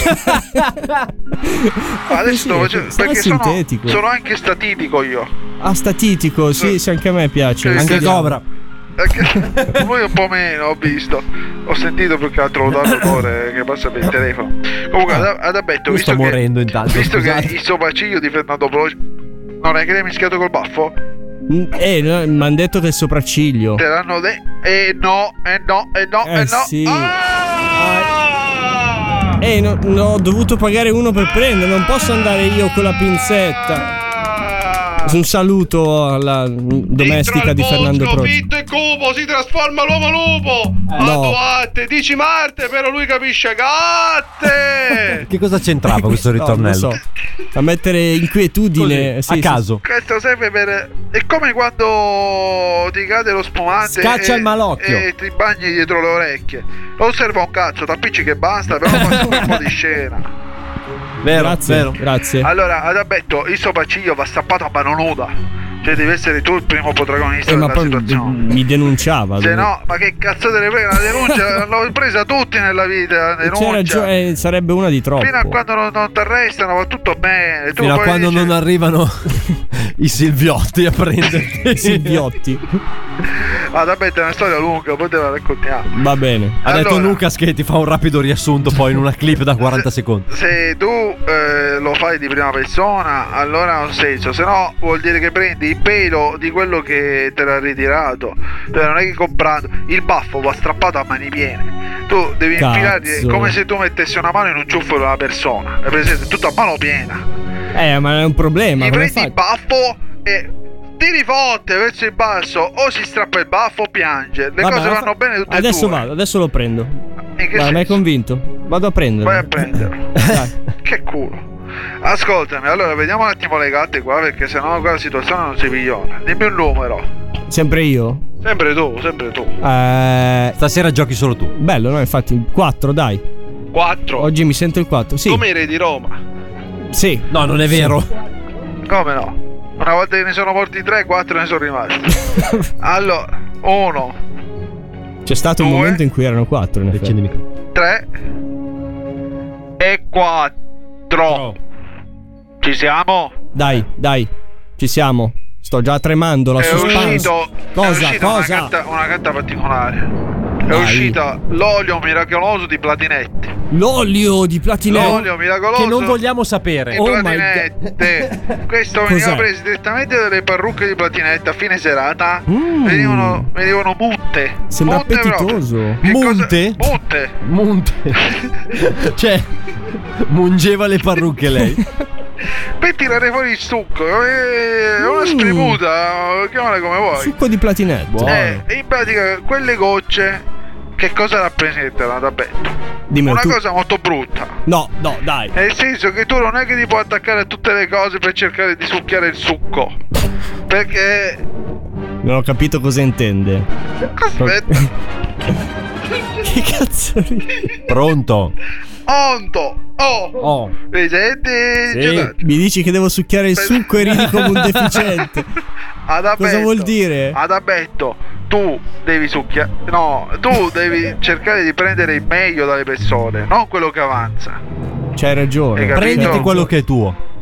Adesso sto facendo perché sono, sono anche statitico io.
Ah, statitico, sì, sì, anche a me piace.
Che
Anche Cobra.
Anche... Voi un po' meno, ho visto. Ho sentito più che altro l'odore che passa per il telefono. Comunque, ad, ad abbetto,
Io
visto
sto
che,
morendo intanto.
visto
scusate.
che il sopracciglio di Fernando Brogi non è che l'hai mischiato col baffo?
Eh, no, mi hanno detto che il sopracciglio.
Te l'hanno detto? Eh no, eh no, eh no,
Eh,
eh no.
sì.
Ah!
Eh, no, no, ho dovuto pagare uno per prendere, non posso andare io con la pinzetta. Un saluto alla domestica di Fernando Brogi.
Vitto e cupo, si trasforma l'uomo lupo.
Eh. No.
Attuate, dici Marte, però lui capisce gatte.
Che cosa c'entrava questo ritornello?
No, non so. A mettere inquietudine.
Così,
sì,
a
sì,
caso.
Questo serve per. È come quando ti cade lo spumante.
Scaccia
e,
il malocchio.
E ti bagni dietro le orecchie. Non serve un cazzo, t'appicci che basta, però fa un po' di scena.
Vero,
grazie,
vero.
grazie.
Allora, Adalberto, il sopracciglio va stappato a mano nuda. Cioè devi essere tu il primo protagonista
Eh, ma
della
poi
situazione.
mi denunciava.
Se no, ma che cazzo te ne frega la denuncia? L'ho presa tutti nella vita, la
C'era
denuncia.
gio- eh, sarebbe una di troppo.
Fino a quando non, non ti arrestano va tutto bene. Tu
Fino a
poi
quando
dici,
non arrivano i Silviotti a prendere.
Silviotti.
Adalberto è una storia lunga, poi te la raccontiamo.
Va bene.
Ha detto
Allora,
Lucas che ti fa un rapido riassunto poi in una clip da quaranta secondi.
Se tu eh, lo fai di prima persona, allora ha un senso. Se no, vuol dire che prendi il pelo di quello che te l'ha ritirato. Cioè, non è che comprando il baffo va strappato a mani piene. Tu devi
Cazzo.
infilarti come se tu mettessi una mano in un ciuffo di una persona. È presente? Tutto a mano piena.
Eh, ma è un problema.
Gli
come
prendi
fai?
il baffo e tiri forte verso il basso, o si strappa il baffo o piange. Le
Vabbè,
cose
ma
vanno
fa-
bene tutte
Adesso
e due.
vado, adesso lo prendo.
In che
Vai, mi hai
senso?
convinto? Vado a prenderlo.
Vai a prenderlo. Che culo. Ascoltami, allora vediamo un attimo le gatte qua, perché sennò qua la situazione non si migliora. Dimmi un numero.
Sempre io?
Sempre tu, sempre tu.
Eh,
Stasera giochi solo tu.
bello, no? Infatti, quattro, dai.
quattro.
Oggi mi sento il quattro. Sì.
Come eri di Roma?
Sì.
No, non è vero.
Come no? Una volta che ne sono morti tre, quattro ne sono rimasti. Allora, uno,
C'è stato un
Due.
momento in cui erano quattro, in effetti.
Accendi il microfono.
tre e quattro. Ci siamo?
Dai, dai. Ci siamo. Sto già tremando, la
È
suspense.
uscito,
Cosa?
è uscita
Cosa?
Una carta, una carta particolare. È
Dai.
uscita l'olio miracoloso di Platinetti.
L'olio di platinetto.
L'olio miracoloso
Che non vogliamo sapere.
di
Oh my
Platinette. Questo
Cos'è?
veniva preso direttamente dalle parrucche di Platinette a fine serata.
Mm.
Venivano, venivano mutte.
Sembra
Mutte
appetitoso.
proprio. Che
Munte?
cosa- Mutte.
Munte. Cioè, mungeva le parrucche lei.
Per tirare fuori il succo. È una
Mm.
spremuta. Chiamala come vuoi.
Succo di platinetto.
Eh, in pratica quelle gocce che cosa rappresentano, Adalberto?
Dimmelo
Una
tu.
cosa molto brutta.
No, no, dai.
Nel senso che tu non è che ti puoi attaccare a tutte le cose per cercare di succhiare il succo. Perché.
Non ho capito cosa intende.
Aspetta.
Che cazzo ridi?
Pronto?
Onto. Oh.
Oh.
Mi senti? Giudato?
Mi dici che devo succhiare il succo e ridi come un deficiente.
Adalberto,
Cosa vuol dire?
Adalberto, tu devi succhiare. No, tu devi cercare di prendere il meglio dalle persone, non quello che avanza.
C'hai ragione.
Hai capito?
Prenditi quello che è tuo.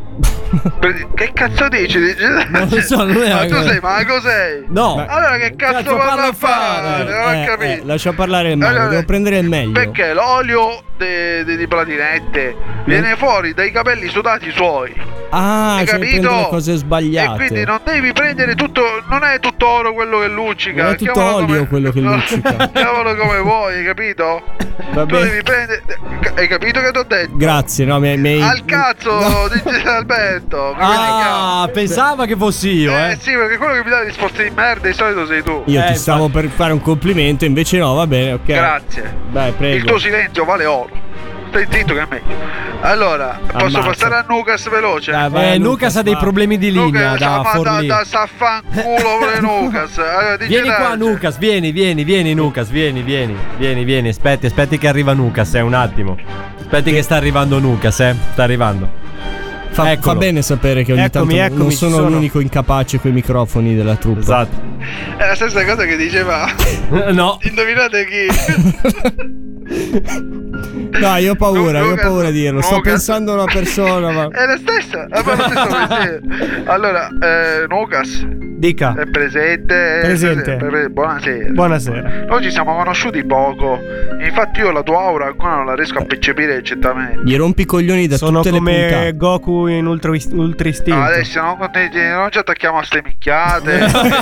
Che cazzo dici?
Non lo so, non è
ma tu
una-
sei mago sei?
No.
Allora che cazzo,
Cazzo
parla
parla
a
a
fare?
fare?
Non ho
Eh,
capito.
eh, lascia parlare il mago,
Allora,
devo prendere il meglio.
Perché l'olio de- de- di platinette viene fuori dai capelli sudati suoi.
Ah,
Hai
cioè
capito?
prendo le cose sbagliate.
E quindi non devi prendere tutto. Non è tutto oro quello che luccica.
Non è tutto
chiamalo
olio
come-
quello che luccica.
Chiamalo come vuoi, hai capito?
Va
Tu
bene.
devi prendere. Hai capito che ti ho detto?
Grazie, no, mi, mi...
Al cazzo di Alberto. come si chiama?
Ah, pensava che fossi io,
Eh
eh.
sì, perché quello che mi dà risposte di merda di solito sei tu.
Io
Eh,
ti stavo per fare un complimento, invece no, va bene, ok.
Grazie.
Dai, prego.
Il tuo silenzio vale oro. Stai zitto che è meglio. Allora, posso
Ammazza.
passare a Nucas veloce?
Dai, vai,
Eh, Lucas ha dei
va.
problemi di linea
Nucas,
da
ma da,
Forlì.
da s'affanculo pure Nucas. Allora, dice
Vieni qua,
Dage.
Lucas, vieni, vieni, vieni, Lucas, vieni, vieni, vieni, vieni, aspetti, aspetti che arriva Lucas, eh, un attimo. Aspetti che sta arrivando Lucas, eh, sta arrivando.
Fa, fa
Eccolo.
bene sapere che ogni
Eccomi,
tanto
eccomi,
non
ci
sono,
sono.
l'unico incapace coi microfoni della truppa.
Esatto.
È la stessa cosa che diceva.
No.
Indovinate chi?
No, io ho paura, io ho
Lucas-
paura di dirlo. Sto
Lucas-
pensando a una persona, ma.
È la stessa. È lo stesso pensiero. Allora, eh, Nucas
Dica.
è presente.
Presente.
Pre- buonasera.
Buonasera.
Noi ci siamo conosciuti poco. Infatti io la tua aura ancora non la riesco a percepire certamente.
Gli rompi i coglioni da
Sono
tutte le
come
puntate.
Goku in ultra, ultra istinto.
No, adesso non, non ci attacchiamo a ste minchiate.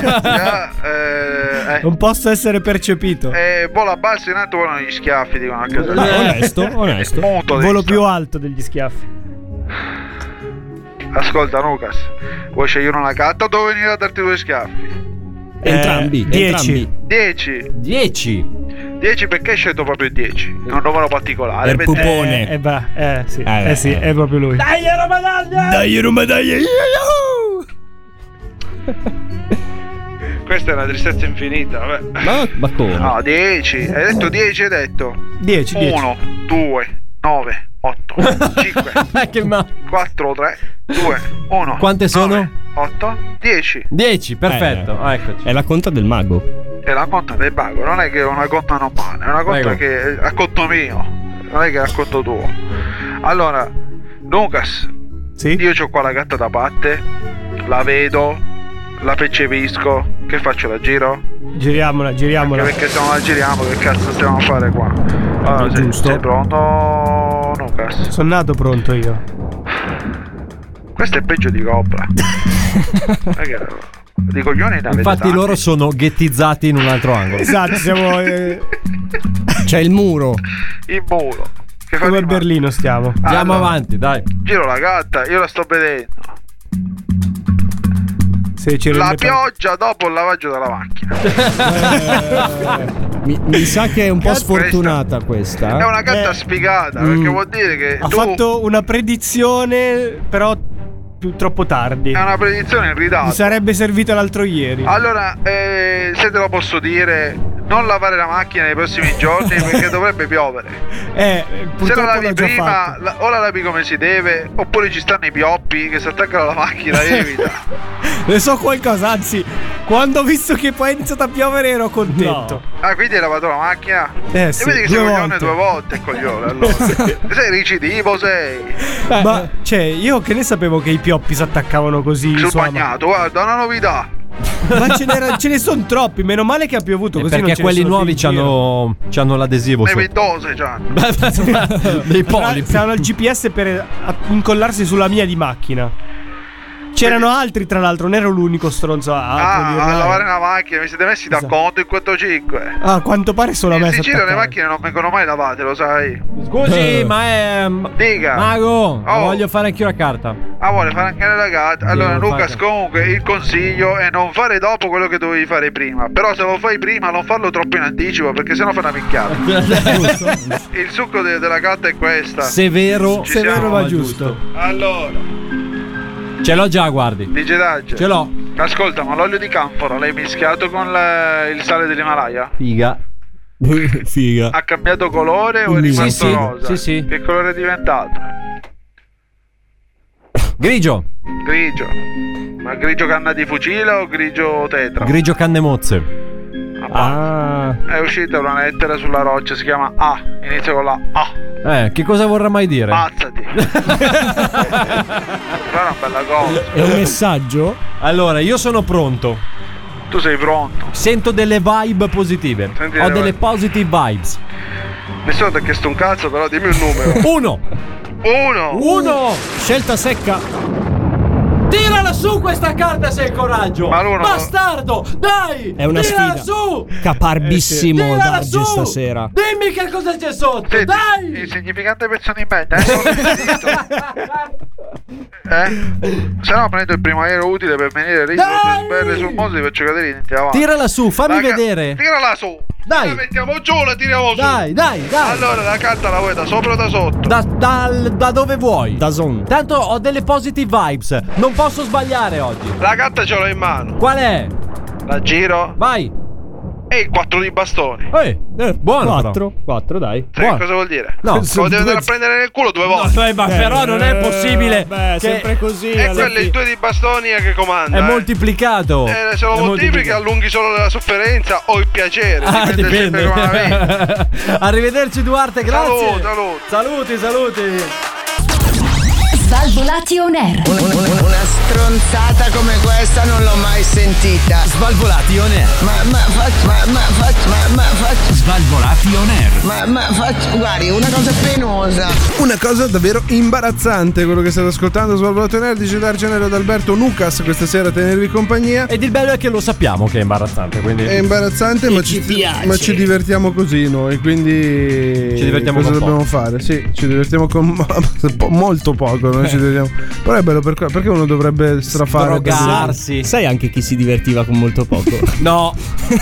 eh, eh,
Non posso essere percepito.
eh, vola basso in alto volano gli schiaffi, dicono a casa.
Ah, onesto, onesto.
Muto
Volo
devi
più alto degli schiaffi.
stare. Ascolta Lucas, vuoi scegliere una carta o devo venire a darti due schiaffi?
Entrambi,
Eh, dieci.
entrambi.
Dieci.
Dieci.
Dieci perché hai scelto proprio dieci? È un numero particolare.
Per
perché-
pupone.
Eh, eh, beh, eh, sì,
Eh,
eh, sì,
eh.
è proprio lui.
Dai, Roma, dai.
Questa è una tristezza infinita, vabbè.
Ma, ma come?
No, dieci. Hai detto dieci, hai detto.
dieci, dieci.
uno, due, nove, otto, cinque,
Che ma...
quattro, tre, due, uno.
Quante sono?
otto, dieci.
Dieci, perfetto.
Eh,
Ah, eccoci.
È la conta del mago.
È la conta del bago, non è che è una conta normale, è una conta
Prego.
che è a conto mio, non è che è a conto tuo. Allora, Lucas,
Sì?
io c'ho qua la gatta da parte, la vedo, la percepisco, che faccio, la giro?
Giriamola, giriamola.
Anche perché se non la giriamo, che cazzo stiamo a fare qua? Allora, sei,
Giusto.
sei pronto, Lucas?
Sono nato pronto io.
Questo è peggio di Cobra. Perché di coglioni ne avete
Infatti
tanti.
loro sono ghettizzati in un altro angolo.
Esatto, siamo eh,
C'è il muro.
Il muro. Che fa
come a
rima?
Berlino stiamo.
Andiamo
Allora,
avanti, dai.
Giro la gatta, io la sto vedendo.
Se ci
La
rende per-
pioggia dopo il lavaggio della macchina.
Mi, mi sa che è un po'
Questa-
sfortunata questa.
È
eh.
una gatta
Eh.
sfigata,
Mm.
perché vuol dire che
Ha
tu
fatto una predizione, però più troppo tardi.
è una predizione in
Mi
ritardo.
sarebbe servita l'altro ieri.
Allora, eh, se te lo posso dire, non lavare la macchina nei prossimi giorni perché dovrebbe piovere.
Eh,
Se la
purtroppo
lavi
l'ho già
prima,
fatto.
la- o la lavi come si deve, oppure ci stanno i pioppi che si attaccano alla macchina, evita.
Ne so qualcosa, anzi, quando ho visto che poi è iniziato a piovere ero contento.
Ah, quindi hai lavato la macchina?
Eh, sì,
e vedi che
due
sei coglione
volte.
due volte, coglione, allora. Sei recidivo, sei.
Ma cioè, io che ne sapevo che i pioppi si attaccavano così
Sul
sulla
bagnato, guarda, una novità.
ma ce, n'era- ce ne sono troppi, meno male che ha piovuto
Eh,
così non
perché
ce ne
quelli
sono
nuovi
più in giro.
c'hanno, c'hanno l'adesivo
Le
sotto.
ventose, c'hanno.
Dei polipi.
Stavano il G P S per a- incollarsi sulla mia di macchina. C'erano altri, tra l'altro, non ero l'unico stronzo a, a
Ah,
dirlo,
a
eh.
lavare una macchina, vi siete messi d'accordo in quattro cinque.
Ah, a quanto pare solo a me
In
si
Sicilia le
attaccava.
macchine non vengono mai lavate, lo sai.
Scusi, ma è.
Dica.
Mago,
Oh.
voglio fare anch'io la carta.
Ah, vuole fare anche la gatta. Allora,
Devo
Lucas,
fare-
comunque il consiglio è non fare dopo quello che dovevi fare prima. Però se lo fai prima, non farlo troppo in anticipo, perché sennò fa una minchiata. Il succo de- della gatta è questa.
Severo,
Ci
Severo
siamo.
ma giusto.
Allora,
Ce l'ho già, guardi.
dice Dage.
Ce l'ho.
Ascolta, ma l'olio di canfora l'hai mischiato con la- il sale dell'Himalaya?
Figa.
Figa.
Ha cambiato colore o è
Sì,
rimasto
sì,
rosa?
sì, sì.
Che colore è diventato?
Grigio.
Grigio. Ma grigio canna di fucile o grigio tetra?
Grigio canne mozze.
Ah.
È uscita una lettera sulla roccia, si chiama A, inizia con la A.
Eh, che cosa vorrà mai dire?
Ammazzati. È una bella cosa.
È un messaggio?
Allora, io sono pronto.
Tu sei pronto.
Sento delle vibe positive.
Senti
Ho
delle
delle
vibe.
positive vibes.
Nessuno ti ha chiesto un cazzo, però dimmi un numero.
Uno.
Uno.
Uno.
Scelta secca.
Tirala su questa carta se hai coraggio.
Ma allora-
Bastardo, dai.
È una
Tirala
sfida.
su.
Caparbissimo
Tirala
Darge
su.
stasera.
Dimmi che cosa c'è sotto.
Senti,
Dai.
insignificante pezzo di merda, eh? Non l'ho sentito. Eh? Se no prendo il primo aereo utile per venire lì belle sul mondo e ti faccio cadere in avanti.
Tirala su, fammi
La ca-
vedere.
Tirala su.
Dai.
La mettiamo giù, la tiriamo su.
Dai, dai, dai.
Allora la carta la vuoi da sopra o da sotto?
Da, dal- da dove vuoi?
Da zone.
Tanto ho delle positive vibes. Non posso sbagliare oggi.
La carta ce l'ho in mano.
Qual è?
La giro.
Vai.
E il quattro di bastoni.
Eh, eh buono.
quattro. quattro, dai.
Sai che cosa vuol dire?
No.
Lo devi andare a prendere nel culo due volte.
No, ma però non è possibile.
Beh,
che
sempre così.
E
alla
quello è
fine.
il due di bastoni che comanda.
È
eh.
moltiplicato.
Eh, se lo
È
moltiplichi
moltiplicato.
allunghi solo la sofferenza o il piacere.
Ah,
dipende sempre come la vedi.
dipende. Arrivederci Duarte, grazie.
Saluti, saluti.
Saluti, saluti.
Svalvolati on air.
Una stronzata come questa non l'ho mai sentita.
Svalvolati on air.
Ma, ma, faccio, ma, ma, faccio, ma, ma, faccio.
Svalvolati on air.
Ma, ma, faccio, guardi, una cosa penosa.
Una cosa davvero imbarazzante quello che state ascoltando. Svalvolato on air di Dargenero ad Alberto Nucas questa sera a tenervi compagnia.
Ed il bello è che lo sappiamo che è imbarazzante, quindi
È imbarazzante, ma
ci
ci,
piace.
ma ci divertiamo così noi, quindi
Ci divertiamo
cosa
con
dobbiamo
poco.
fare? Sì, ci divertiamo con po- molto poco, noi ci divertiamo. Però è bello per- perché uno dovrebbe strafare per-
drogarsi.
Sai anche chi si divertiva con molto poco?
No.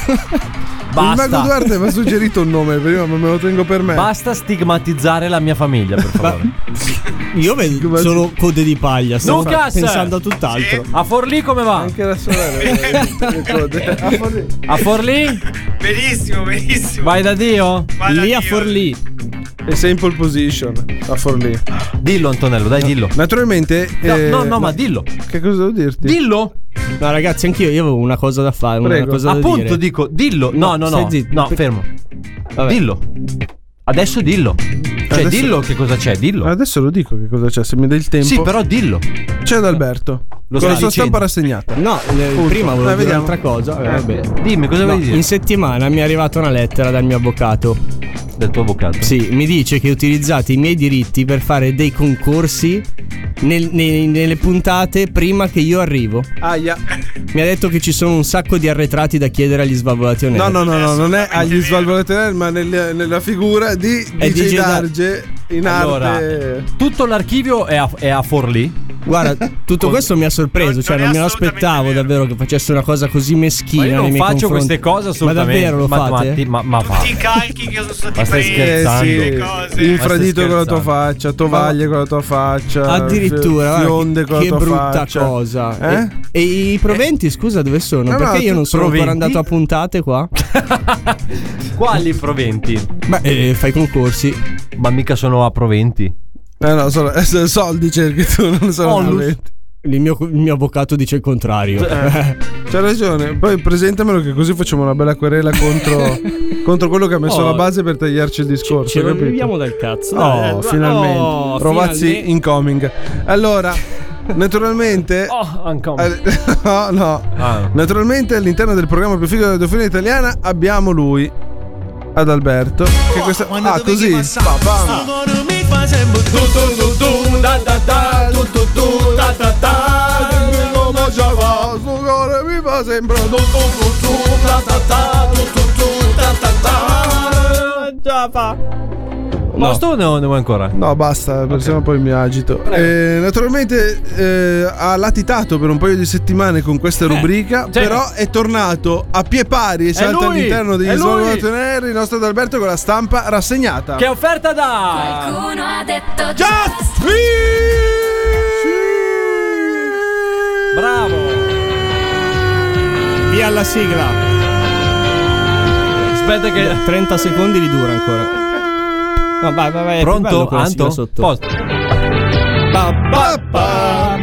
Il Mago
Basta.
Duarte mi ha suggerito un nome prima, ma me lo tengo per me.
Basta stigmatizzare la mia famiglia, per favore.
Io vedo solo code di paglia. Stavo
Lucas!
pensando a tutt'altro.
A Forlì come va?
Anche la sorella. A Forlì.
A Forlì?
Benissimo, benissimo.
Vai da Dio?
Vada
Lì a
Dio.
Forlì.
E sei in pole position a Forlì.
Dillo Antonello, dai, dillo.
Naturalmente.
No,
eh,
no, no, ma dillo.
Che cosa devo dirti?
Dillo.
No, ragazzi, anch'io io avevo una cosa da fare. Una
Prego.
cosa da
Appunto
dire.
dico, dillo. No, no,
stai
no.
zitto.
No, fermo.
Vabbè.
Dillo. Adesso dillo. Cioè,
Adesso-
dillo che cosa c'è, dillo.
Adesso lo dico che cosa c'è, se mi dai il tempo.
Sì, però dillo.
C'è Adalberto.
Lo
con la
stai
sua
dicendo.
stampa rassegnata.
No, eh,
Punto.
prima volevo
Dai,
dire
vediamo.
un'altra cosa. Eh, vabbè.
Dimmi, cosa
No,
vuoi dire?
in settimana mi è arrivata una lettera dal mio avvocato.
Del tuo avvocato.
Sì, mi dice che utilizzate i miei diritti per fare dei concorsi nel- nei- nelle puntate prima che io arrivo.
Aia.
Mi ha detto che ci sono un sacco di arretrati da chiedere agli svalvolati on air.
No, no, no, no, non è agli svalvolati on air, ma nel- nella figura di
È
D J
D J
Darge in
Allora,
arte.
tutto l'archivio è a, è a Forlì.
Guarda, tutto questo mi ha sorpreso,
Non-
cioè
non
non
è
me lo
assolutamente
aspettavo
vero.
davvero che facesse una cosa così meschina.
Ma io non
nei miei
faccio
confronti.
queste cose assolutamente.
Ma davvero lo
ma,
fate?
Ma, ti- ma, ma fa.
Tutti i calchi che sono stati
Ma stai
presi.
Eh
scherzando?
sì,
le cose.
infradito
Ma
con la
stai
tua
scherzando?
faccia, tovaglie con la tua faccia.
Addirittura,
fi- fionde con
che
la tua
brutta
faccia.
cosa.
Eh?
E, e i proventi, scusa, dove sono?
No,
Perché
no,
io non
tu-
sono ancora
proventi?
andato a puntate qua?
Quali proventi?
Beh, eh, fai concorsi.
Ma mica sono a proventi.
Eh no, sono, eh, sono soldi cerchi tu, non sono
Onlus.
proventi.
Il mio, il mio avvocato dice il contrario.
C'ha ragione, poi presentamelo che così facciamo una bella querela contro, contro quello che ha messo
Oh,
la base per tagliarci il discorso.
Ce lo
capito?
leviamo dal cazzo.
Oh,
dai.
finalmente.
Oh,
Rovazzi
finalmente.
incoming. Allora, naturalmente.
Oh, ancora.
eh, no, no.
Ah.
Naturalmente all'interno del programma più figo della radiofonia italiana abbiamo lui, Adalberto. Che questa. Ah, così. Pa, pam. Mi fa sempre.
Ma sto ne ne vuoi ancora?
No, basta, perché sennò poi mi agito. Eh, naturalmente eh, ha latitato per un paio di settimane con questa rubrica,
sì.
però è tornato a pie pari e salta
lui,
all'interno degli
è lui.
Svalvolati on air il nostro Adalberto con la stampa rassegnata.
Che offerta da
Qualcuno ha detto
Just
Bravo.
Via alla sigla.
Aspetta che
trenta secondi li dura ancora. No, vai, vai, vai. è più bello
Pronto?
con la sigla
Anto?
sotto.
Posto.
Pa, pa, pa.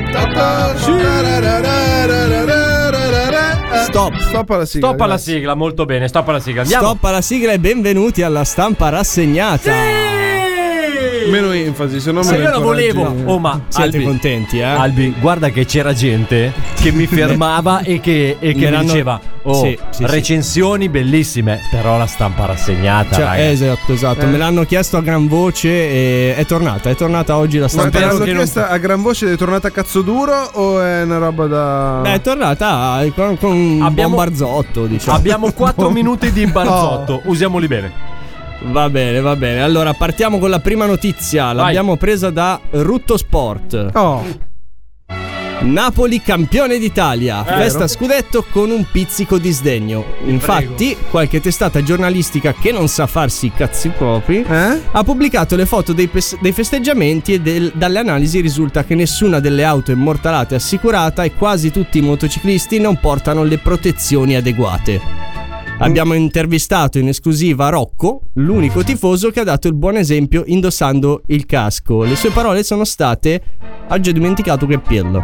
Stop.
Stop alla sigla.
Stop alla
grazie.
sigla, molto bene, stop alla sigla. Andiamo.
Stop alla sigla e benvenuti alla stampa rassegnata.
Meno enfasi, se no
Se
me
io la volevo. Oh, ma
Siete
Albi,
contenti, eh?
Albi, guarda che c'era gente che mi fermava e che, e che
Me
mi
l'hanno-
diceva: oh,
Sì, sì,
recensioni bellissime, però la stampa rassegnata,
Cioè,
raga.
esatto, esatto.
Eh.
Me l'hanno chiesto a gran voce e è tornata. È tornata oggi la
Ma
stampa.
te l'hanno
Che non-
chiesta a gran voce, è tornata a cazzo duro o è una roba da.
Beh, è tornata con, con un
Abbiamo-
buon barzotto, diciamo.
Abbiamo quattro minuti di barzotto, usiamoli bene.
Va bene, va bene. Allora, partiamo con la prima notizia. L'abbiamo presa da Rutto Sport.
Oh.
Napoli campione d'Italia,
Vero.
festa scudetto con un pizzico di sdegno. Infatti, qualche testata giornalistica che non sa farsi i cazzi propri
Eh?
ha pubblicato le foto dei, pes- dei festeggiamenti e del- dalle analisi risulta che nessuna delle auto immortalate è assicurata e quasi tutti i motociclisti non portano le protezioni adeguate. Abbiamo intervistato in esclusiva Rocco, l'unico tifoso che ha dato il buon esempio indossando il casco. Le sue parole sono state: "Ho già dimenticato che piello".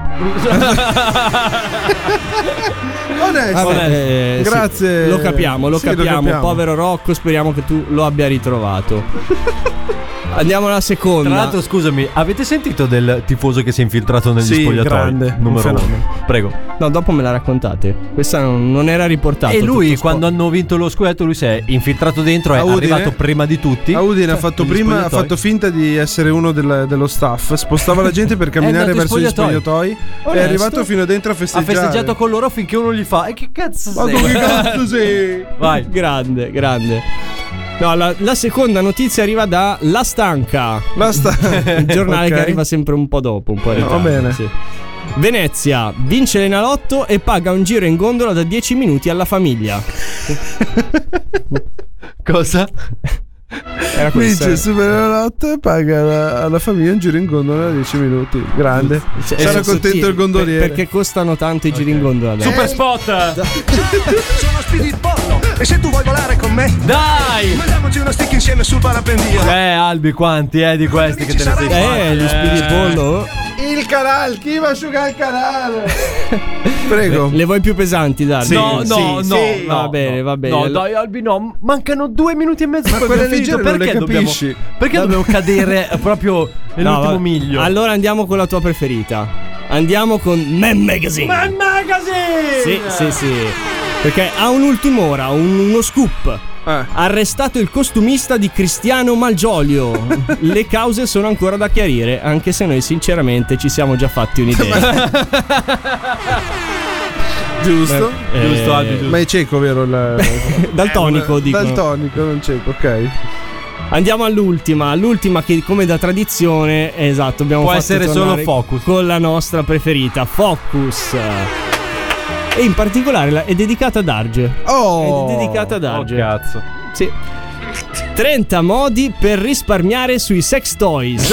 Onesto.
Vabbè, eh,
Grazie.
sì, lo capiamo, lo
Sì, lo
capiamo.
capiamo.
Povero Rocco, speriamo che tu lo abbia ritrovato. Andiamo alla seconda.
Tra l'altro, scusami, avete sentito del tifoso che si è infiltrato negli
Sì,
spogliatoi?
grande, un
Numero
fenomeno.
uno. Prego.
No, dopo me la raccontate. Questa non, non era riportata.
E lui,
tutto
quando
sport.
hanno vinto lo scudetto, lui si è infiltrato dentro, è
A Udine?
arrivato prima di tutti.
A Udine ha fatto
negli
prima, ha
spogliatoi.
fatto finta di essere uno del- dello staff, spostava la gente per camminare
andato in
verso gli
spogliatoi.
spogliatoi. È
Onesto.
arrivato fino dentro a
Ha
festeggiare.
festeggiato con loro finché uno gli fa: e che cazzo
Ma
sei?
tu che cazzo sei?
Vai.
Grande, grande. No, la, la seconda notizia arriva da La Stanca.
La sta-
Il giornale
Ok.
che arriva sempre un po' dopo, un po' in
Va
ritardo,
bene.
sì. Venezia vince l'Enalotto e paga un giro in gondola da dieci minuti alla famiglia.
Cosa?
Era questa.
Vince il Superenalotto e paga alla, alla famiglia un giro in gondola da dieci minuti. Grande.
Cioè,
Sarà
sono
contento
sottili,
il gondoliere.
per- perché costano tanto i giri in gondola adesso.
Super spot!
Sono Speedy Pollo e se tu vuoi volare con me,
Dai!
mandiamoci uno stick insieme sul parapendio.
Eh, Albi, quanti eh di questi che te ne sei fatti?
Eh, gli Speedy Pollo.
Il canale, chi va a asciugare il canale? Prego.
Le vuoi più pesanti, Dardo?
Sì,
No, no,
sì,
no,
sì.
no,
Va bene,
no.
va bene.
No, dai, Albi, no. Mancano due minuti e mezzo.
Ma
poi
quelle
abbiamo finito.
leggere non le
Perché dobbiamo,
capisci?
perché dobbiamo cadere proprio nell'ultimo
No, va-
miglio?
Allora andiamo con la tua preferita. Andiamo con Man Magazine.
Man Magazine!
Sì, sì, sì. Perché ha un'ultima ora, un- uno scoop.
Eh.
Arrestato il costumista di Cristiano Malgioglio. Le cause sono ancora da chiarire, anche se noi sinceramente ci siamo già fatti un'idea.
Giusto?
Eh,
Giusto, Albi, giusto.
Ma è cieco, vero? Il...
Daltonico,
Eh,
dicono.
Daltonico, non cieco, ok.
Andiamo all'ultima, l'ultima che come da tradizione, esatto, abbiamo
Può
fatto
essere
tornare
solo Focus.
con la nostra preferita, Focus. E in particolare la- è dedicata ad Arge.
Oh!
È dedicata ad
Oh,
Arge.
cazzo.
Sì. trenta modi per risparmiare sui sex toys.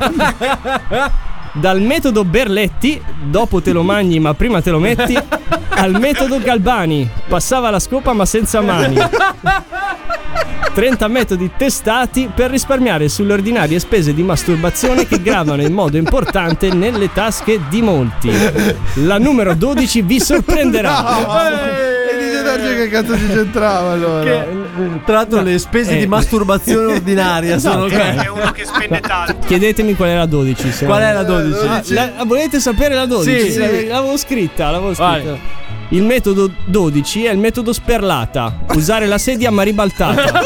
Dal metodo Berletti, dopo te lo mangi ma prima te lo metti, al metodo Galbani, passava la scopa ma senza mani. trenta metodi testati per risparmiare sulle ordinarie spese di masturbazione che gravano in modo importante nelle tasche di molti. La numero dodici vi sorprenderà.
E dice Darge che cazzo ci c'entrava allora.
Che, tra l'altro, le spese
Eh.
di masturbazione ordinaria sono
Esatto.
quelle.
È uno che spende tanto.
Chiedetemi qual è la dodici. se-
Qual è la dodici?
Ah, la- volete sapere la dodici?
Sì.
La- L'avevo scritta, l'avevo
Vai.
scritta. Il metodo dodici è il metodo sperlata. Usare la sedia ma ribaltata.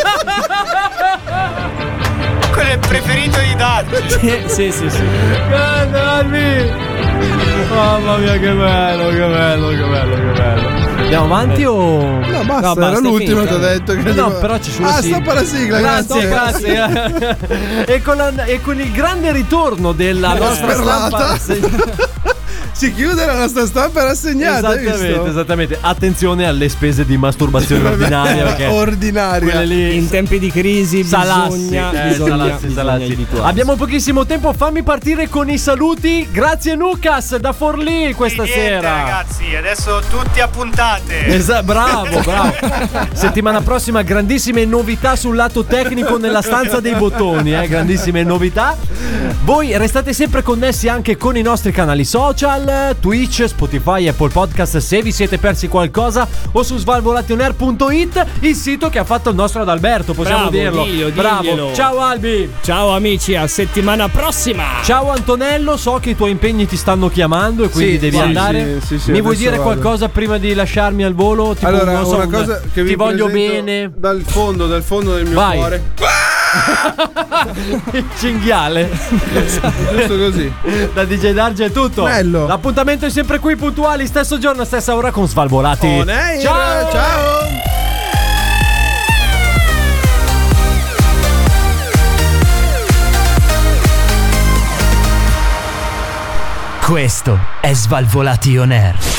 Quello è il preferito di Darge.
Sì, sì, sì, sì.
Grande Albi! Mamma mia, che bello, che bello, che bello, che bello. Andiamo avanti o.
No, basta,
No,
era
basta, è
l'ultimo che
finita.
ho detto. Che
No,
dico-
però ci sono
Ah,
sigla.
stoppa la sigla,
Grazie,
grazie.
grazie. e, con la- e con il grande ritorno della nostra
sperlata.
stampa.
Si chiude la nostra stampa rassegnata, hai
Esattamente,
visto?
esattamente. Attenzione alle spese di masturbazione ordinaria. Perché
Ordinaria.
quelle lì.
In tempi di crisi
Salassi,
bisogna,
eh,
bisogna,
salassi,
bisogna
salassi.
abituarsi.
Abbiamo pochissimo tempo, fammi partire con i saluti. Grazie Nucas da Forlì questa
Niente,
sera.
ragazzi, adesso tutti a puntate.
Esa- bravo, bravo. Settimana prossima grandissime novità sul lato tecnico nella stanza dei bottoni, eh? Grandissime novità. Voi restate sempre connessi anche con i nostri canali social. social, Twitch, Spotify, Apple Podcast se vi siete persi qualcosa, o su svalvolationer punto it, il sito che ha fatto il nostro Adalberto, possiamo
Bravo,
dirlo.
diglielo,
Bravo.
diglielo.
Ciao Albi.
Ciao amici, a settimana prossima.
Ciao Antonello, so che i tuoi impegni ti stanno chiamando e quindi
Sì,
devi
sì,
andare.
sì, sì, sì,
Mi vuoi
adesso
dire
vado.
qualcosa prima di lasciarmi al volo? Tipo,
Allora,
non so,
una
un-
cosa che vi
ti voglio
presento
bene.
dal fondo, dal fondo del mio
Vai.
cuore.
Il cinghiale.
Giusto così.
Da D J Darge è tutto.
Bello.
L'appuntamento è sempre qui, puntuali, stesso giorno, stessa ora con Svalvolati.
On air.
Ciao.
Ciao.
Questo è Svalvolati On Air.